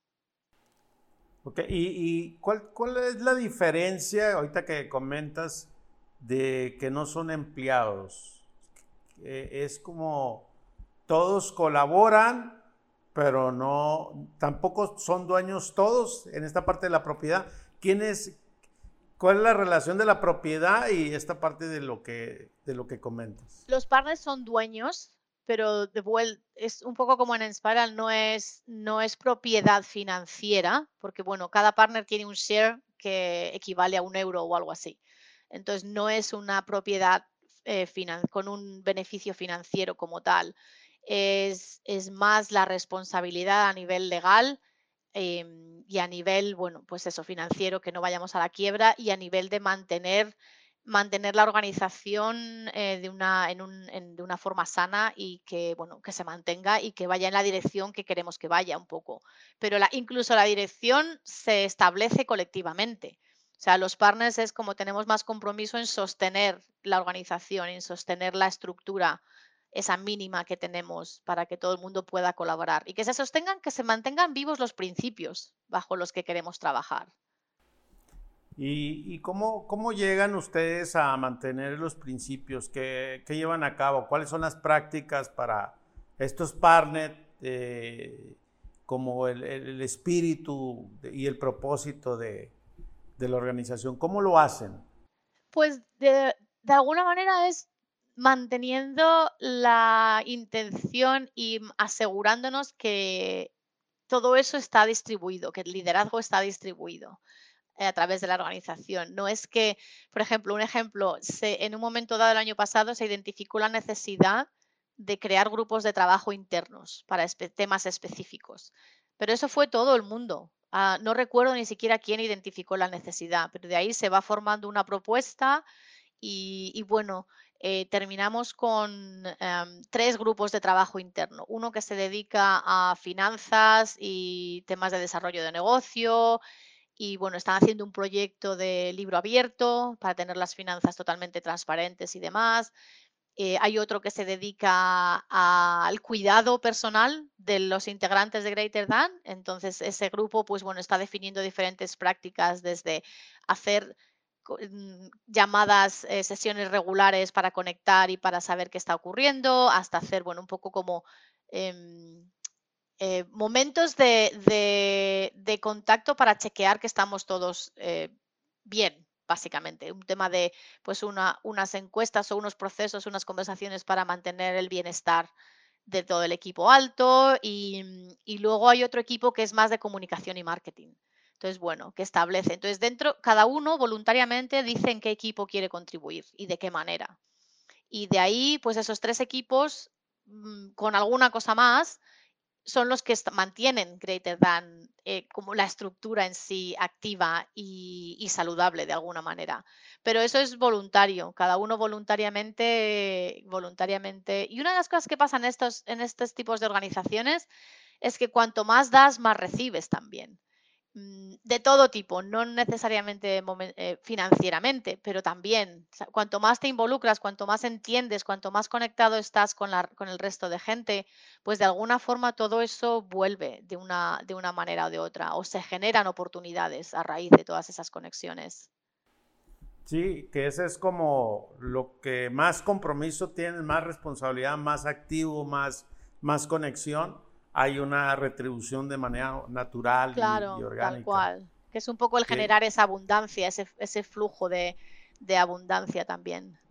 Okay. ¿Y, y cuál, cuál es la diferencia, ahorita que comentas, de que no son empleados? Eh, es como todos colaboran, pero no, tampoco son dueños todos en esta parte de la propiedad. ¿Quién es, cuál es la relación de la propiedad y esta parte de lo que, de lo que comentas? Los partners son dueños, pero de vuel- es un poco como en Spiral, no es, no es propiedad financiera, porque bueno, cada partner tiene un share que equivale a un euro o algo así. Entonces no es una propiedad eh, finan- con un beneficio financiero como tal. Es, es más la responsabilidad a nivel legal, em, y a nivel, bueno, pues eso, financiero, que no vayamos a la quiebra, y a nivel de mantener, mantener la organización eh, de, una, en un- en- de una forma sana y que, bueno, que se mantenga y que vaya en la dirección que queremos que vaya un poco. Pero la, incluso la dirección se establece colectivamente. O sea, los partners es como tenemos más compromiso en sostener la organización, en sostener la estructura, esa mínima que tenemos para que todo el mundo pueda colaborar y que se sostengan, que se mantengan vivos los principios bajo los que queremos trabajar. ¿Y, y cómo, cómo llegan ustedes a mantener los principios que, que llevan a cabo? ¿Cuáles son las prácticas para estos partners, eh, como el, el espíritu y el propósito de, de la organización? ¿Cómo lo hacen? Pues de, de alguna manera es manteniendo la intención y asegurándonos que todo eso está distribuido, que el liderazgo está distribuido eh, a través de la organización. No es que, por ejemplo, un ejemplo, se, en un momento dado el año pasado se identificó la necesidad de crear grupos de trabajo internos para espe temas específicos. Pero eso fue todo el mundo. Uh, no recuerdo ni siquiera quién identificó la necesidad, pero de ahí se va formando una propuesta y, y bueno, eh, terminamos con um, tres grupos de trabajo interno. Uno que se dedica a finanzas y temas de desarrollo de negocio, y bueno, están haciendo un proyecto de libro abierto para tener las finanzas totalmente transparentes y demás. Eh, hay otro que se dedica a, al cuidado personal de los integrantes de Greater Than. Entonces, ese grupo, pues bueno, está definiendo diferentes prácticas desde hacer llamadas, eh, sesiones regulares para conectar y para saber qué está ocurriendo, hasta hacer, bueno, un poco como eh, eh, momentos de, de, de, contacto para chequear que estamos todos eh, bien, básicamente. Un tema de pues una, unas encuestas o unos procesos, unas conversaciones para mantener el bienestar de todo el equipo alto, y, y luego hay otro equipo que es más de comunicación y marketing. Entonces, bueno, que establece. Entonces, dentro, cada uno voluntariamente dice en qué equipo quiere contribuir y de qué manera. Y de ahí, pues esos tres equipos, mmm, con alguna cosa más, son los que mantienen Greater Than eh, como la estructura en sí activa y, y, saludable de alguna manera. Pero eso es voluntario, cada uno voluntariamente, voluntariamente. Y una de las cosas que pasan en estos, en estos tipos de organizaciones es que cuanto más das, más recibes también. De todo tipo, no necesariamente eh, financieramente, pero también, o sea, cuanto más te involucras, cuanto más entiendes, cuanto más conectado estás con, la, con el resto de gente, pues de alguna forma todo eso vuelve de una, de una manera o de otra, o se generan oportunidades a raíz de todas esas conexiones. Sí, que ese es como lo que más compromiso tienes, más responsabilidad, más activo, más, más conexión. Hay una retribución de manera natural y, y Claro, tal orgánica. cual. Que es un poco el Que, generar esa abundancia, ese, ese flujo de, de abundancia también.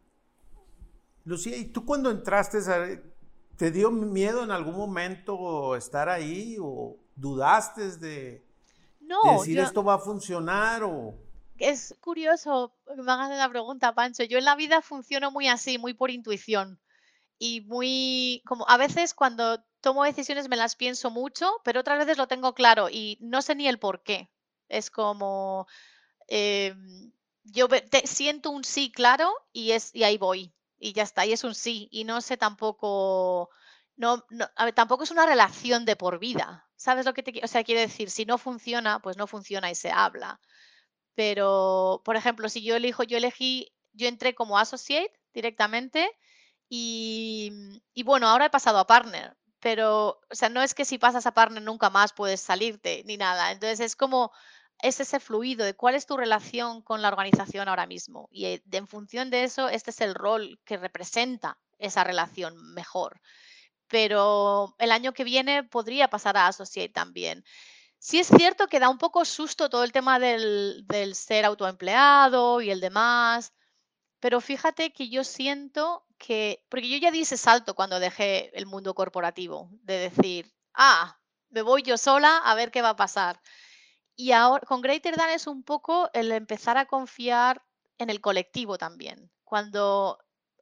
Lucía, ¿y tú cuando entraste, te dio miedo en algún momento estar ahí o dudaste de, de No, decir yo, esto va a funcionar o... es curioso que me hagas la pregunta, Pancho. Yo en la vida funciono muy así, muy por intuición y muy como a veces cuando tomo decisiones me las pienso mucho, pero otras veces lo tengo claro y no sé ni el por qué. Es como eh, yo te, siento un sí claro y es y ahí voy y ya está, y es un sí y no sé tampoco no, no a ver, tampoco es una relación de por vida. ¿Sabes lo que te, o sea, quiere decir, si no funciona, pues no funciona y se habla. Pero, por ejemplo, si yo elijo, yo elegí, yo entré como associate directamente y, y bueno, ahora he pasado a partner, pero, o sea, no es que si pasas a partner nunca más puedes salirte ni nada. Entonces es como, es ese fluido de cuál es tu relación con la organización ahora mismo. Y eh, de, en función de eso, este es el rol que representa esa relación mejor. Pero el año que viene podría pasar a associate también. Sí es cierto que da un poco susto todo el tema del, del ser autoempleado y el demás, pero fíjate que yo siento que, porque yo ya di ese salto cuando dejé el mundo corporativo, de decir, ah, me voy yo sola a ver qué va a pasar. Y ahora con Greater Than es un poco el empezar a confiar en el colectivo también. Cuando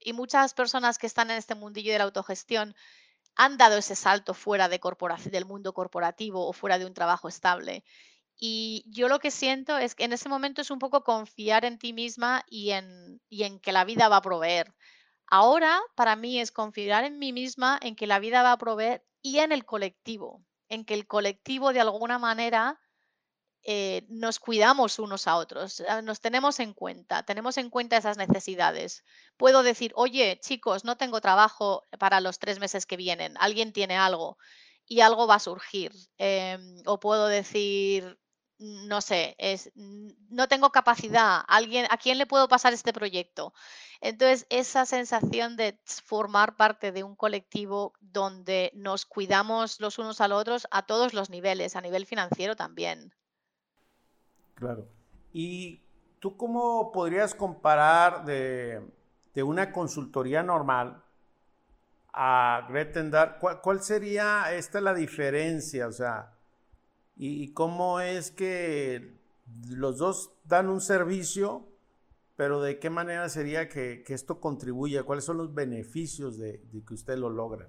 y muchas personas que están en este mundillo de la autogestión han dado ese salto fuera de corporaci- del mundo corporativo o fuera de un trabajo estable. Y yo lo que siento es que en ese momento es un poco confiar en ti misma y en, y en que la vida va a proveer. Ahora, para mí, es confiar en mí misma, en que la vida va a proveer y en el colectivo, en que el colectivo de alguna manera eh, nos cuidamos unos a otros, eh, nos tenemos en cuenta, tenemos en cuenta esas necesidades. Puedo decir, oye, chicos, no tengo trabajo para los tres meses que vienen, alguien tiene algo y algo va a surgir. Em, o puedo decir, no sé, es, mm, no tengo capacidad, alguien, ¿a quién le puedo pasar este proyecto? Entonces, esa sensación de formar parte de un colectivo donde nos cuidamos los unos a los otros a todos los niveles, a nivel financiero también. Claro. ¿Y tú cómo podrías comparar de, de una consultoría normal a Gretendar? ¿Cuál, cuál sería esta la diferencia? O sea, ¿y, y cómo es que los dos dan un servicio, pero de qué manera sería que, que esto contribuye? ¿Cuáles son los beneficios de, de que usted lo logra?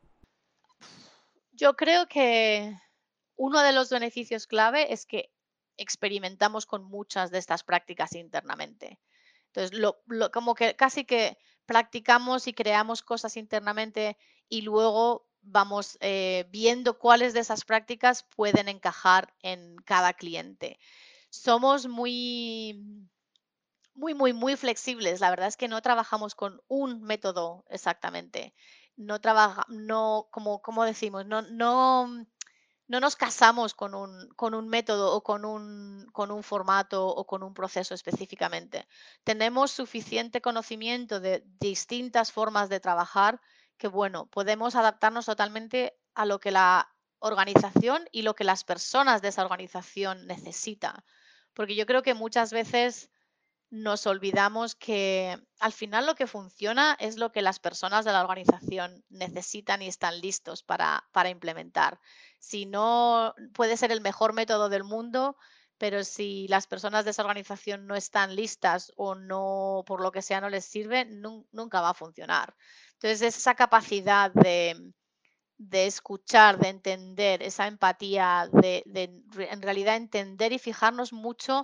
Yo creo que uno de los beneficios clave es que experimentamos con muchas de estas prácticas internamente. Entonces, lo, lo- como que casi que practicamos y creamos cosas internamente y luego vamos eh, viendo cuáles de esas prácticas pueden encajar en cada cliente. Somos muy, muy, muy, muy flexibles. La verdad es que no trabajamos con un método exactamente. No trabaja, no, como, como decimos, no, no, no nos casamos con un, con un método o con un, con un formato o con un proceso específicamente. Tenemos suficiente conocimiento de distintas formas de trabajar que, bueno, podemos adaptarnos totalmente a lo que la organización y lo que las personas de esa organización necesitan. Porque yo creo que muchas veces nos olvidamos que al final lo que funciona es lo que las personas de la organización necesitan y están listos para, para implementar. Si no, puede ser el mejor método del mundo, pero si las personas de esa organización no están listas o no, por lo que sea, no les sirve, nun- nunca va a funcionar. Entonces, esa capacidad de, de escuchar, de entender, esa empatía, de, de en realidad entender y fijarnos mucho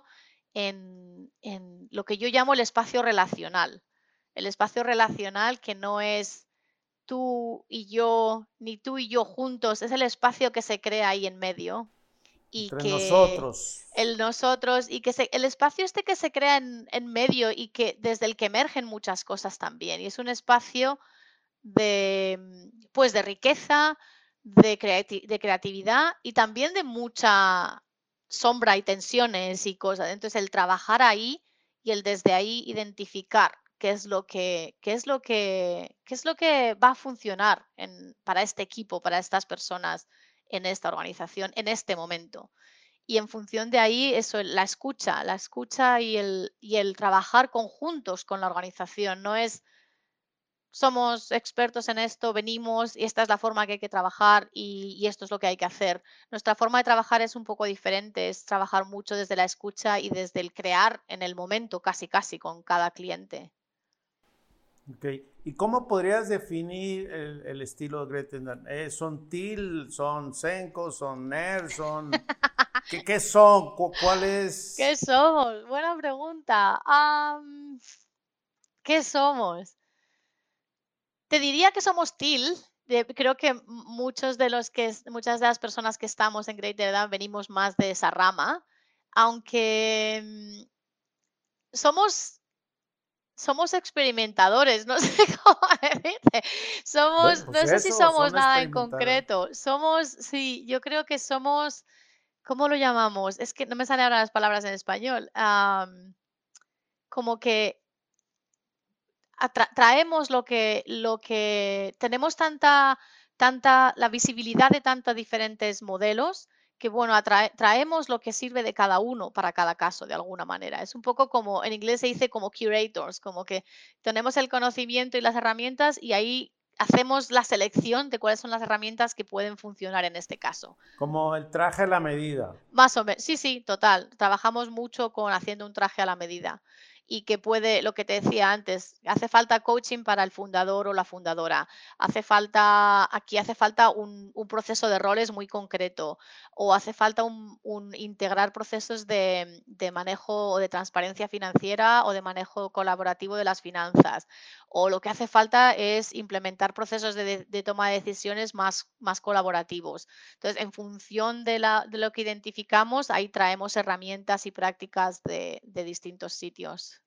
en, en lo que yo llamo el espacio relacional. El espacio relacional que no es tú y yo, ni tú y yo juntos, es el espacio que se crea ahí en medio y Entre que nosotros. el nosotros y que se, el espacio este que se crea en, en medio y que desde el que emergen muchas cosas también. Y es un espacio de, pues, de riqueza, de, creati de creatividad y también de mucha sombra y tensiones y cosas. Entonces, el trabajar ahí y el desde ahí identificar qué es lo que, qué es lo que, qué es lo que va a funcionar en, para este equipo, para estas personas en esta organización, en este momento. Y en función de ahí, eso, la escucha, la escucha y el, y el trabajar conjuntos con la organización. No es somos expertos en esto, venimos y esta es la forma que hay que trabajar y, y, esto es lo que hay que hacer. Nuestra forma de trabajar es un poco diferente, es trabajar mucho desde la escucha y desde el crear en el momento, casi casi con cada cliente. Okay. ¿Y cómo podrías definir el, el estilo de Gretchen? Eh, ¿Son Til, son Senko, son Ner, son... ¿Qué, qué son? ¿Cu- ¿Cuál es? ¿Qué somos? Buena pregunta. Um, ¿Qué somos? Te diría que somos T I L. De, creo que muchos de los que, muchas de las personas que estamos en Greater Edad venimos más de esa rama, aunque mm, somos somos experimentadores, no sé cómo decirte. Bueno, Somos, pues no sé si eso, somos son nada en experimentadas. concreto. Somos, sí, yo creo que somos, ¿cómo lo llamamos? Es que no me salen ahora las palabras en español. Am, como que atra- traemos lo que, lo que tenemos tanta, tanta, la visibilidad de tantos diferentes modelos que bueno, atrae- traemos lo que sirve de cada uno para cada caso de alguna manera. Es un poco como, en inglés se dice como curators, como que tenemos el conocimiento y las herramientas y ahí hacemos la selección de cuáles son las herramientas que pueden funcionar en este caso. Como el traje a la medida. Más o menos, sí, sí, total. Trabajamos mucho con haciendo un traje a la medida. y que puede, lo que te decía antes, hace falta coaching para el fundador o la fundadora, hace falta, aquí hace falta un, un proceso de roles muy concreto o hace falta un, un integrar procesos de, de manejo o de transparencia financiera o de manejo colaborativo de las finanzas, o lo que hace falta es implementar procesos de, de toma de decisiones más, más colaborativos. Entonces, en función de, la, de lo que identificamos, ahí traemos herramientas y prácticas de, de distintos sitios.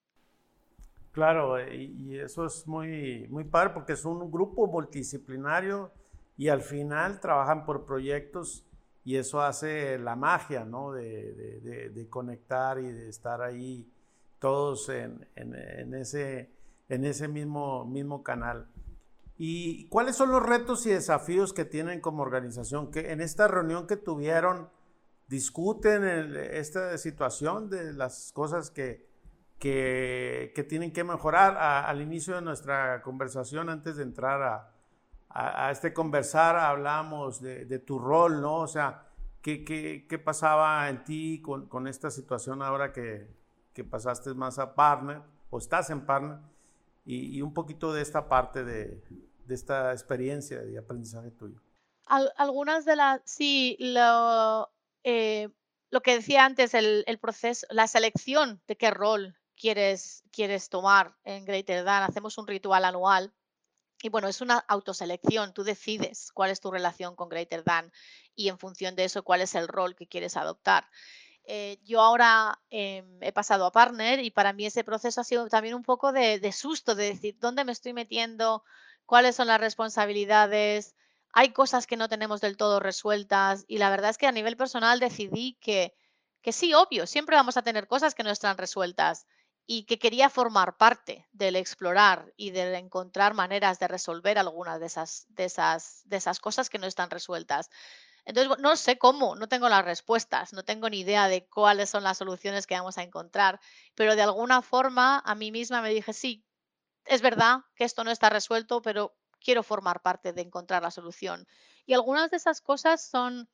Claro, y, y eso es muy, muy padre porque es un grupo multidisciplinario y al final trabajan por proyectos y eso hace la magia, ¿no? De, de, de, de conectar y de estar ahí todos en, en, en ese, en ese mismo, mismo canal. ¿Y cuáles son los retos y desafíos que tienen como organización? Que en esta reunión que tuvieron, discuten el, esta situación de las cosas que, que, que tienen que mejorar. A, al inicio de nuestra conversación, antes de entrar a, a, a este conversar, hablamos de, de, tu rol, ¿no? O sea, ¿qué, qué, qué pasaba en ti con, con esta situación ahora que, que pasaste más a partner o estás en partner? Y, y un poquito de esta parte de, de esta experiencia de aprendizaje tuyo. Al, algunas de las, sí, lo, eh, lo que decía antes, el, el, proceso, la selección de qué rol quieres, quieres tomar en Greater Than. Hacemos un ritual anual y bueno, es una autoselección. Tú decides cuál es tu relación con Greater Than y en función de eso, cuál es el rol que quieres adoptar. Eh, yo ahora eh, he pasado a partner y para mí ese proceso ha sido también un poco de, de susto, de decir, ¿dónde me estoy metiendo? ¿Cuáles son las responsabilidades? Hay cosas que no tenemos del todo resueltas y la verdad es que a nivel personal decidí que, que sí, obvio, siempre vamos a tener cosas que no están resueltas y que quería formar parte del explorar y de encontrar maneras de resolver algunas de esas, de esas, de esas cosas que no están resueltas. Entonces, no sé cómo, no tengo las respuestas, no tengo ni idea de cuáles son las soluciones que vamos a encontrar, pero de alguna forma a mí misma me dije, sí, es verdad que esto no está resuelto, pero quiero formar parte de encontrar la solución. Y algunas de esas cosas son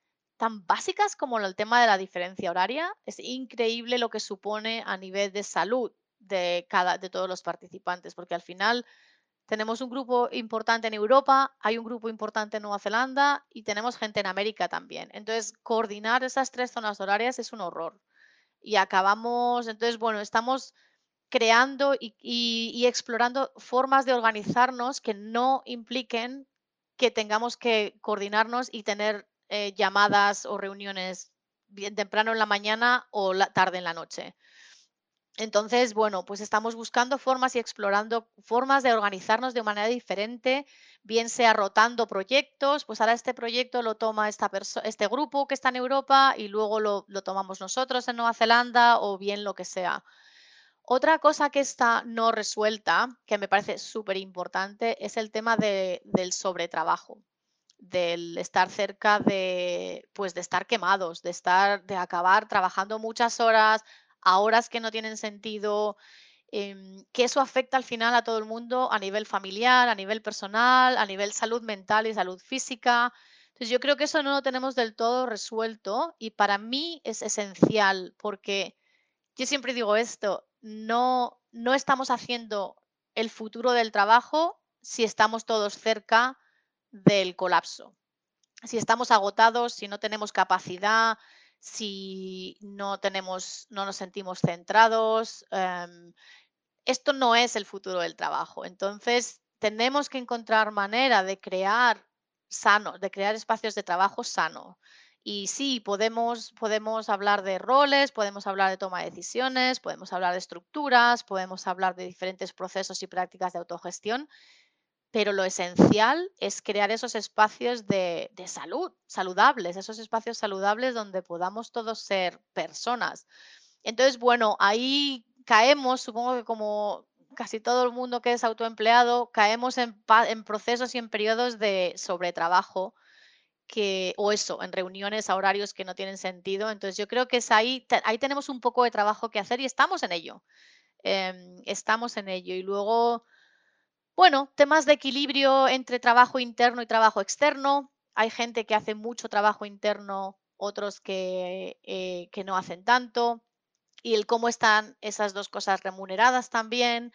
tan básicas como el tema de la diferencia horaria. Es increíble lo que supone a nivel de salud de, cada, de todos los participantes, porque al final tenemos un grupo importante en Europa, hay un grupo importante en Nueva Zelanda y tenemos gente en América también. Entonces, coordinar esas tres zonas horarias es un horror. Y acabamos, entonces, bueno, estamos creando y, y, y explorando formas de organizarnos que no impliquen que tengamos que coordinarnos y tener eh, llamadas o reuniones bien temprano en la mañana o la tarde en la noche. Entonces, bueno, pues estamos buscando formas y explorando formas de organizarnos de manera diferente, bien sea rotando proyectos, pues ahora este proyecto lo toma esta este grupo que está en Europa y luego lo, lo tomamos nosotros en Nueva Zelanda o bien lo que sea. Otra cosa que está no resuelta, que me parece súper importante, es el tema de, del sobretrabajo, del estar cerca de, pues de estar quemados, de estar, de acabar trabajando muchas horas, a horas que no tienen sentido, em, que eso afecta al final a todo el mundo a nivel familiar, a nivel personal, a nivel salud mental y salud física. Entonces yo creo que eso no lo tenemos del todo resuelto y para mí es esencial porque yo siempre digo esto, no, no estamos haciendo el futuro del trabajo si estamos todos cerca del colapso. Si estamos agotados, si no tenemos capacidad, si no tenemos, no nos sentimos centrados, um, esto no es el futuro del trabajo. Entonces, tenemos que encontrar manera de crear sano, de crear espacios de trabajo sano. Y sí, podemos, podemos hablar de roles, podemos hablar de toma de decisiones, podemos hablar de estructuras, podemos hablar de diferentes procesos y prácticas de autogestión, pero lo esencial es crear esos espacios de, de salud, saludables, esos espacios saludables donde podamos todos ser personas. Entonces, bueno, ahí caemos, supongo que como casi todo el mundo que es autoempleado, caemos en, en procesos y en periodos de sobretrabajo que, o eso, en reuniones a horarios que no tienen sentido. Entonces, yo creo que es ahí, te, ahí tenemos un poco de trabajo que hacer y estamos en ello. Eh, estamos en ello. Y luego, bueno, temas de equilibrio entre trabajo interno y trabajo externo. Hay gente que hace mucho trabajo interno, otros que, eh, que no hacen tanto. y el cómo están esas dos cosas remuneradas también,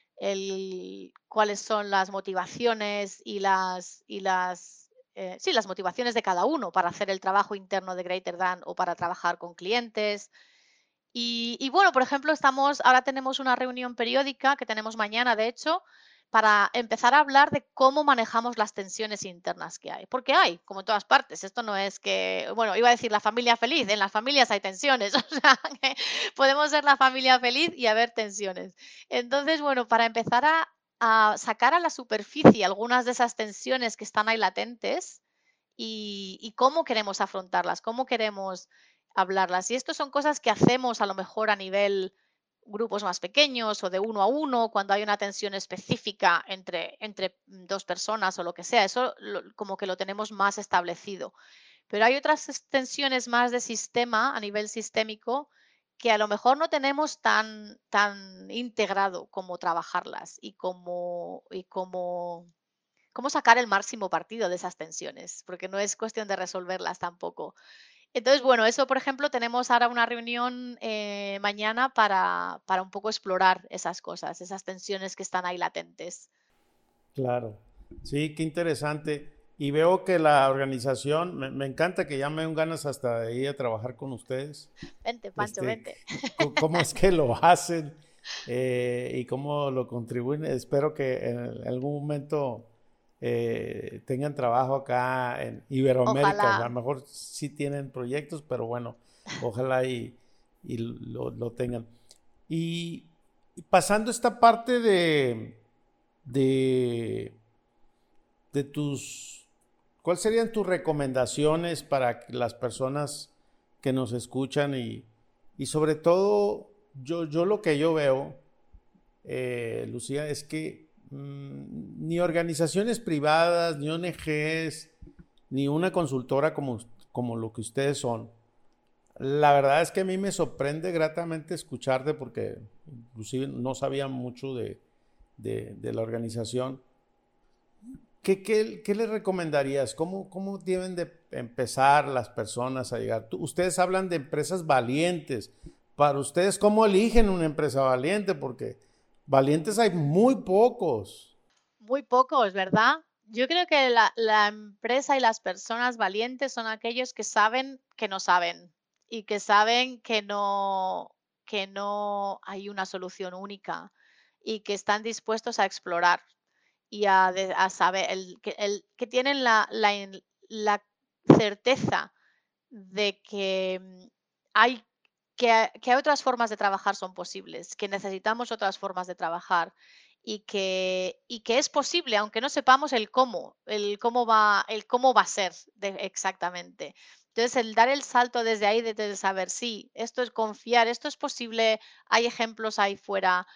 el cuáles son las motivaciones y las y las, eh, sí, las motivaciones de cada uno para hacer el trabajo interno de Greater Than o para trabajar con clientes. Y, y bueno, por ejemplo, estamos, ahora tenemos una reunión periódica que tenemos mañana, de hecho, para empezar a hablar de cómo manejamos las tensiones internas que hay. Porque hay, como en todas partes. Esto no es que, bueno, iba a decir la familia feliz, en las familias hay tensiones. O sea, que podemos ser la familia feliz y haber tensiones. Entonces, bueno, para empezar a, a sacar a la superficie algunas de esas tensiones que están ahí latentes y, y cómo queremos afrontarlas, cómo queremos hablarlas. Y esto son cosas que hacemos a lo mejor a nivel grupos más pequeños o de uno a uno, cuando hay una tensión específica entre, entre dos personas o lo que sea. Eso lo- como que lo tenemos más establecido. Pero hay otras es- tensiones más de sistema, a nivel sistémico, que a lo mejor no tenemos tan, tan integrado cómo trabajarlas y cómo, y cómo cómo sacar el máximo partido de esas tensiones, porque no es cuestión de resolverlas tampoco. Entonces, bueno, eso, por ejemplo, tenemos ahora una reunión eh, mañana para, para un poco explorar esas cosas, esas tensiones que están ahí latentes. Claro. Sí, qué interesante. Y veo que la organización, me, me encanta que ya me den ganas hasta de ir a trabajar con ustedes. Vente, Pancho, Este, vente. c- ¿cómo es que lo hacen eh, y cómo lo contribuyen? Espero que en algún momento eh, tengan trabajo acá en Iberoamérica. A lo Ojalá, mejor sí tienen proyectos, pero bueno, ojalá y, y lo, lo tengan. Y pasando esta parte de, de, de tus, ¿cuáles serían tus recomendaciones para las personas que nos escuchan y, y sobre todo, yo, yo lo que yo veo, eh, Lucía, es que mmm, ni organizaciones privadas, ni O N Ges, ni una consultora como, como lo que ustedes son, la verdad es que a mí me sorprende gratamente escucharte porque inclusive no sabía mucho de, de, de la organización. ¿Qué, qué, qué le recomendarías? ¿Cómo, ¿Cómo deben de empezar las personas a llegar? Tú- ustedes hablan de empresas valientes. Para ustedes, ¿cómo eligen una empresa valiente? Porque valientes hay muy pocos. muy pocos, ¿verdad? Yo creo que la, la empresa y las personas valientes son aquellos que saben que no saben y que saben que no, que no hay una solución única y que están dispuestos a explorar y a, de- a saber, el, que, el, que tienen la, la, in- la certeza de que mm, hay, que, ha- que hay otras formas de trabajar son posibles, que necesitamos otras formas de trabajar y que, y que es posible, aunque no sepamos el cómo, el cómo va, el cómo va a ser de- exactamente. Entonces, el dar el salto desde ahí, desde el saber, sí, esto es confiar, esto es posible, hay ejemplos ahí fuera,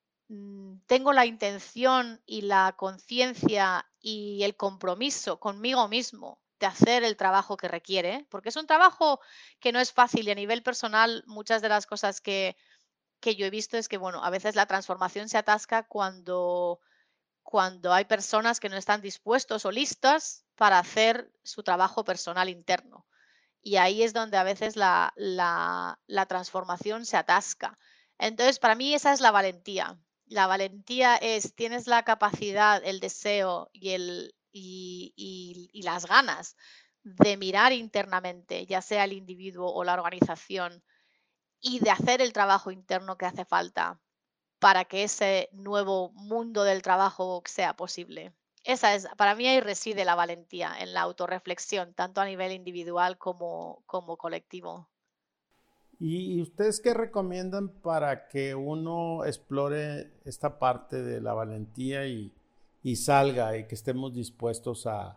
mm, tengo la intención y la conciencia y el compromiso conmigo mismo de hacer el trabajo que requiere, porque es un trabajo que no es fácil y a nivel personal muchas de las cosas que, que yo he visto es que, bueno, a veces la transformación se atasca cuando, cuando hay personas que no están dispuestos o listas para hacer su trabajo personal interno. Y ahí es donde a veces la, la, la transformación se atasca. Entonces, para mí esa es la valentía. La valentía es, tienes la capacidad, el deseo y, el, y, y, y las ganas de mirar internamente, ya sea el individuo o la organización, y de hacer el trabajo interno que hace falta para que ese nuevo mundo del trabajo sea posible. Esa es, para mí ahí reside la valentía, en la autorreflexión, tanto a nivel individual como, como colectivo. ¿Y, y ustedes qué recomiendan para que uno explore esta parte de la valentía y, y salga y que estemos dispuestos a,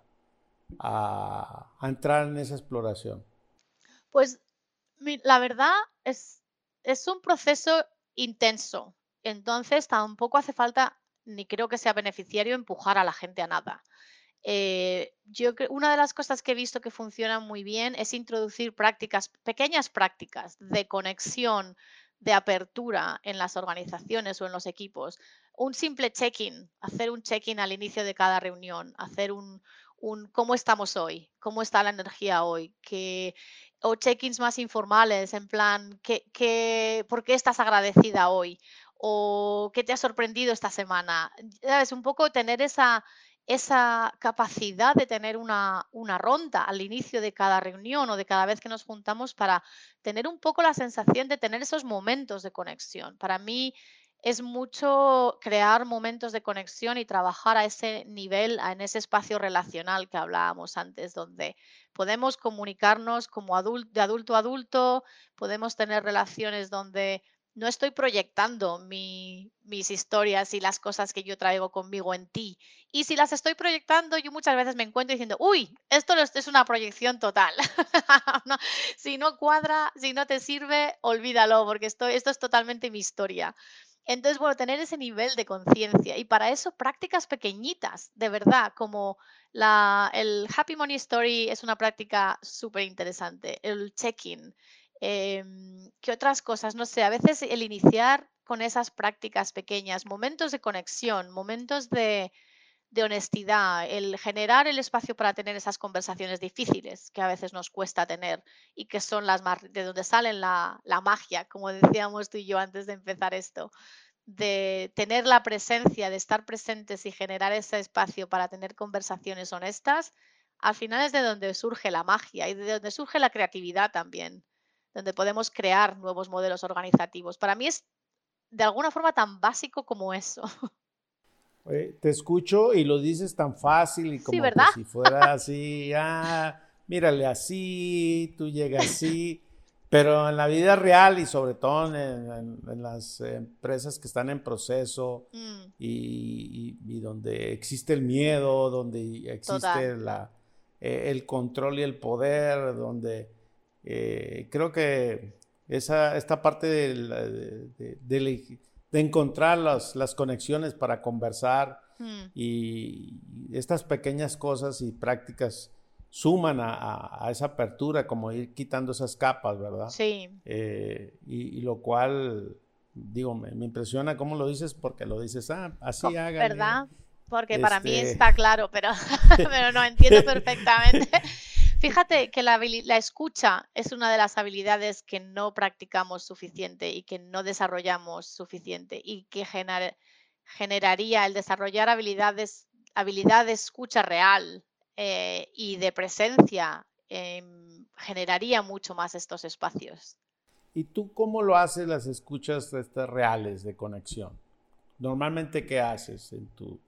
a, a entrar en esa exploración? Pues mi- la verdad es, es un proceso intenso, entonces tampoco hace falta, ni creo que sea beneficiario, empujar a la gente a nada. Eh, yo creo, una de las cosas que he visto que funciona muy bien es introducir prácticas, pequeñas prácticas de conexión, de apertura en las organizaciones o en los equipos. Un simple check-in, hacer un check-in al inicio de cada reunión, hacer un, un cómo estamos hoy, cómo está la energía hoy, que, o check-ins más informales, en plan, ¿qué, qué, ¿por qué estás agradecida hoy? O ¿qué te ha sorprendido esta semana? Es un poco tener esa, esa capacidad de tener una, una ronda al inicio de cada reunión o de cada vez que nos juntamos para tener un poco la sensación de tener esos momentos de conexión. Para mí es mucho crear momentos de conexión y trabajar a ese nivel, a- en ese espacio relacional que hablábamos antes, donde podemos comunicarnos como adul- de adulto a adulto, podemos tener relaciones donde no estoy proyectando mi- mis historias y las cosas que yo traigo conmigo en ti. Y si las estoy proyectando, yo muchas veces me encuentro diciendo, uy, esto lo- es una proyección total. No, si no cuadra, si no te sirve, olvídalo, porque esto, esto es totalmente mi historia. Entonces, bueno, tener ese nivel de conciencia y para eso prácticas pequeñitas, de verdad, como la, el Happy Money Story es una práctica súper interesante, el check-in, em, ¿qué otras cosas? No sé, a veces el iniciar con esas prácticas pequeñas, momentos de conexión, momentos de, de honestidad, el generar el espacio para tener esas conversaciones difíciles que a veces nos cuesta tener y que son las más, de donde salen la, la magia, como decíamos tú y yo antes de empezar esto, de tener la presencia, de estar presentes y generar ese espacio para tener conversaciones honestas, al final es de donde surge la magia y de donde surge la creatividad también, donde podemos crear nuevos modelos organizativos. Para mí es de alguna forma tan básico como eso. Eh, te escucho y lo dices tan fácil y Sí, como que ¿verdad? si fuera así, ah, mírale así, tú llegas así, pero en la vida real y sobre todo en, en- en las empresas que están en proceso Mm, y, y- y donde existe el miedo, donde total. existe la, eh, el control y el poder, donde eh, creo que esa, esta parte de, la- de, de- de- de encontrar las, las conexiones para conversar Mm, y estas pequeñas cosas y prácticas suman a, a- a esa apertura, como ir quitando esas capas, ¿verdad? sí, Eh, y, y lo cual, digo, me, me impresiona cómo lo dices porque lo dices, ah, así co- háganle, ¿verdad? Porque para mí este, está claro, pero, pero no entiendo perfectamente. Fíjate que la, habili- la escucha es una de las habilidades que no practicamos suficiente y que no desarrollamos suficiente y que gener- generaría el desarrollar habilidades, habilidad de escucha real eh, y de presencia, em, generaría mucho más estos espacios. ¿y tú cómo lo haces las escuchas estas reales de conexión? Normalmente, ¿qué haces en tu...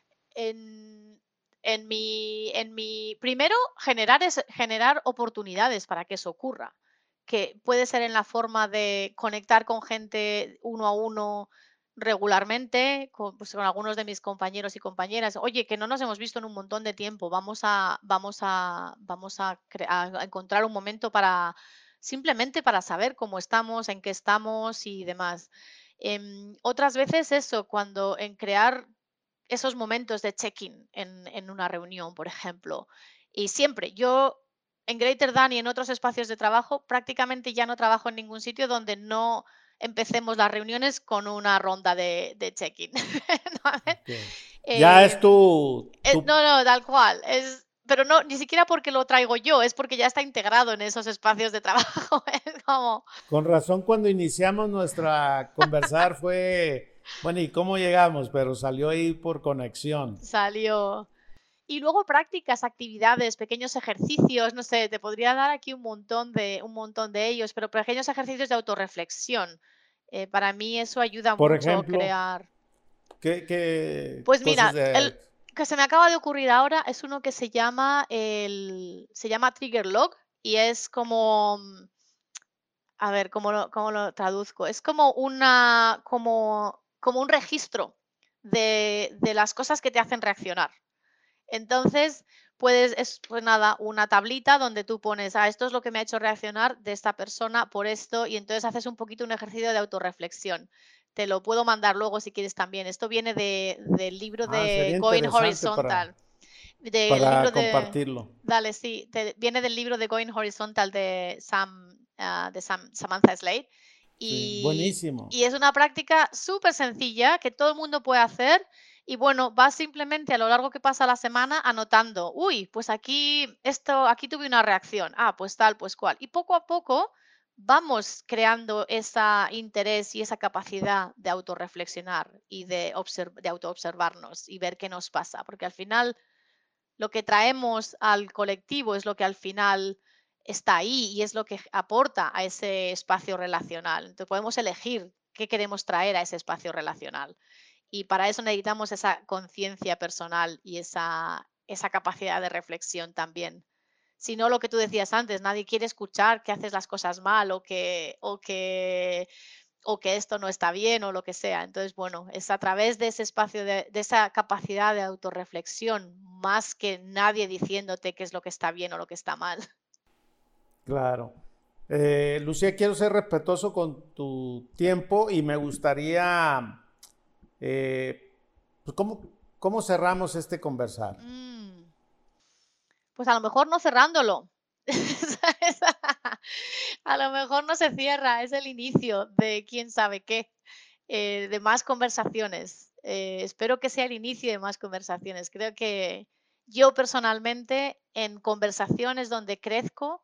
En, en mi, en mi, primero, generar, es, generar oportunidades para que eso ocurra, que puede ser en la forma de conectar con gente uno a uno regularmente, con, pues, con algunos de mis compañeros y compañeras. Oye, que no nos hemos visto en un montón de tiempo, vamos a, vamos a, vamos a, a encontrar un momento para simplemente para saber cómo estamos, en qué estamos y demás. Em, otras veces eso, cuando en crear esos momentos de check-in en, en una reunión, por ejemplo. Y siempre, yo en Greater Dan y en otros espacios de trabajo, prácticamente ya no trabajo en ningún sitio donde no empecemos las reuniones con una ronda de, de check-in. ¿Vale? Okay. Ya Eh, es tu, eh, tu... no, no, tal cual. Es, pero no, ni siquiera porque lo traigo yo, es porque ya está integrado en esos espacios de trabajo. Es como, Con razón cuando iniciamos nuestra conversar fue, bueno, ¿y cómo llegamos? Pero salió ahí por conexión. salió. Y luego prácticas, actividades, pequeños ejercicios, no sé, te podría dar aquí un montón de, un montón de ellos, pero pequeños ejercicios de autorreflexión. Eh, para mí eso ayuda Por mucho a ejemplo, crear. ¿qué, qué Pues cosas mira, el de... que se me acaba de ocurrir ahora es uno que se llama el, se llama Trigger Log y es como, mm, a ver, ¿cómo lo, cómo lo traduzco? Es como una, como, como un registro de, de las cosas que te hacen reaccionar. Entonces, puedes, es pues nada, una tablita donde tú pones, ah, esto es lo que me ha hecho reaccionar de esta persona por esto, y entonces haces un poquito un ejercicio de autorreflexión. Te lo puedo mandar luego si quieres también. Esto viene de, del libro Ah, de sería Going interesante para, Horizontal, del para libro de, compartirlo. dale, sí, te- viene del libro de Going Horizontal de Sam, ah, de Sam- Samantha Slade. Sí, Y, buenísimo. y es una práctica súper sencilla que todo el mundo puede hacer Y bueno, vas simplemente a lo largo que pasa la semana anotando, uy, pues aquí esto, aquí tuve una reacción, ah, pues tal, pues cual. Y poco a poco vamos creando ese interés y esa capacidad de autorreflexionar y de, observ de autoobservarnos y ver qué nos pasa, porque al final lo que traemos al colectivo es lo que al final está ahí y es lo que aporta a ese espacio relacional. Entonces podemos elegir qué queremos traer a ese espacio relacional. Y para eso necesitamos esa conciencia personal y esa, esa capacidad de reflexión también. Si no, lo que tú decías antes, nadie quiere escuchar que haces las cosas mal o que, o que, o que esto no está bien o lo que sea. Entonces, bueno, es a través de ese espacio, de, de esa capacidad de autorreflexión, más que nadie diciéndote qué es lo que está bien o lo que está mal. Claro. Eh, Lucía, quiero ser respetuoso con tu tiempo y me gustaría, eh, pues, ¿cómo, ¿cómo cerramos este conversar? Mm, pues a lo mejor no cerrándolo. A lo mejor no se cierra, es el inicio de quién sabe qué, eh, de más conversaciones. Eh, espero que sea el inicio de más conversaciones. Creo que yo personalmente en conversaciones donde crezco,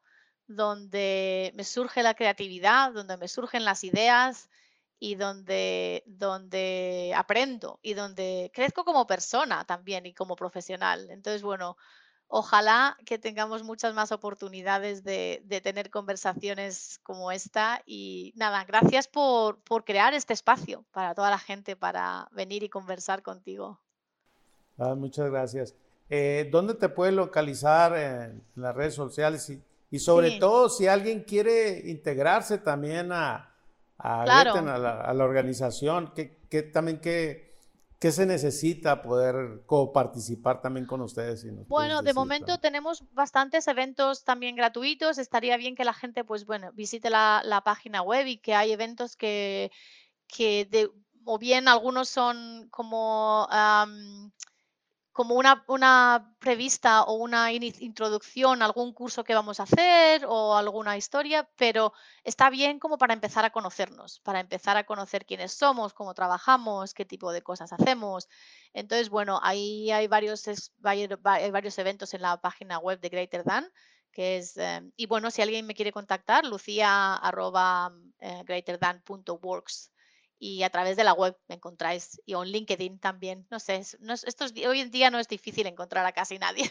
donde me surge la creatividad, donde me surgen las ideas y donde, donde aprendo y donde crezco como persona también y como profesional. Entonces, bueno, ojalá que tengamos muchas más oportunidades de, de tener conversaciones como esta y nada, gracias por, por crear este espacio para toda la gente, para venir y conversar contigo. Ah, muchas gracias. Eh, ¿dónde te puedes localizar en las redes sociales? Y, y sobre Sí, todo, si alguien quiere integrarse también a, a Greten, claro. a la, a la organización, ¿qué, qué también qué, qué se necesita poder coparticipar también con ustedes? Si nos puedes Bueno, de decir momento también. tenemos bastantes eventos también gratuitos. Estaría bien que la gente, pues bueno, visite la, la página web y que hay eventos que, que de, o bien algunos son como am, como una, una prevista o una introducción a algún curso que vamos a hacer o alguna historia, pero está bien como para empezar a conocernos, para empezar a conocer quiénes somos, cómo trabajamos, qué tipo de cosas hacemos. Entonces, bueno, ahí hay varios, hay varios eventos en la página web de Greater Than, que es, eh, y bueno, si alguien me quiere contactar, lucia arroba eh, greaterthan.works y a través de la web me encontráis y o en LinkedIn también. No sé, no es, estos, hoy en día no es difícil encontrar a casi nadie.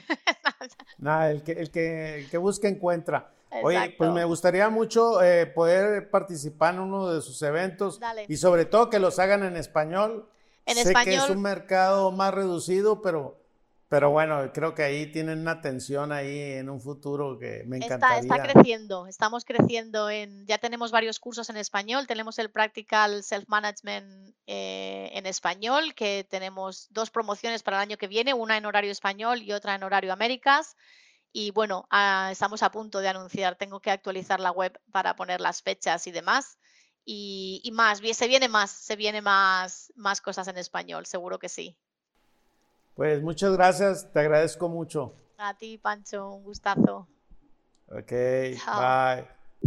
Nada, el que, el que, el que busca encuentra. Oye, pues me Exacto. gustaría mucho eh, poder participar en uno de sus eventos Dale. y sobre todo que los hagan en español. En Sé que es español, un mercado más reducido, pero, pero bueno, creo que ahí tienen una atención ahí en un futuro que me Está, está encantaría. creciendo, estamos creciendo en, ya tenemos varios cursos en español, tenemos el Practical Self-Management eh, en español, que tenemos dos promociones para el año que viene, una en horario español y otra en horario Américas. Y bueno, ah, estamos a punto de anunciar, tengo que actualizar la web para poner las fechas y demás. Y, y más, se viene más, se viene más, más cosas en español, seguro que sí. Pues muchas gracias, te agradezco mucho. A ti, Pancho, un gustazo. Ok, Chao. bye.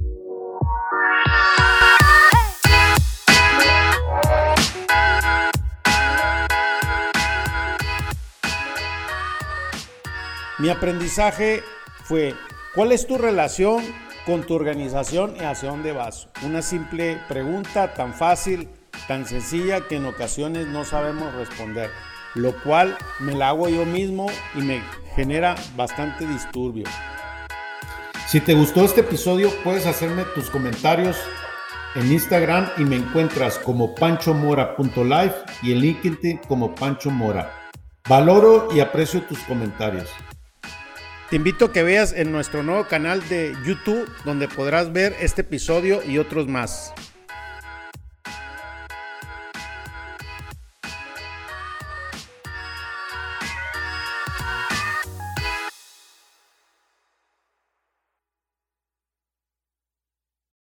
Mi aprendizaje fue, ¿cuál es tu relación con tu organización y hacia dónde vas? Una simple pregunta tan fácil, tan sencilla que en ocasiones no sabemos responder, lo cual me la hago yo mismo y me genera bastante disturbio. Si te gustó este episodio, puedes hacerme tus comentarios en Instagram y me encuentras como panchomora punto life y en LinkedIn como Pancho Mora. Valoro y aprecio tus comentarios. Te invito a que veas en nuestro nuevo canal de YouTube donde podrás ver este episodio y otros más.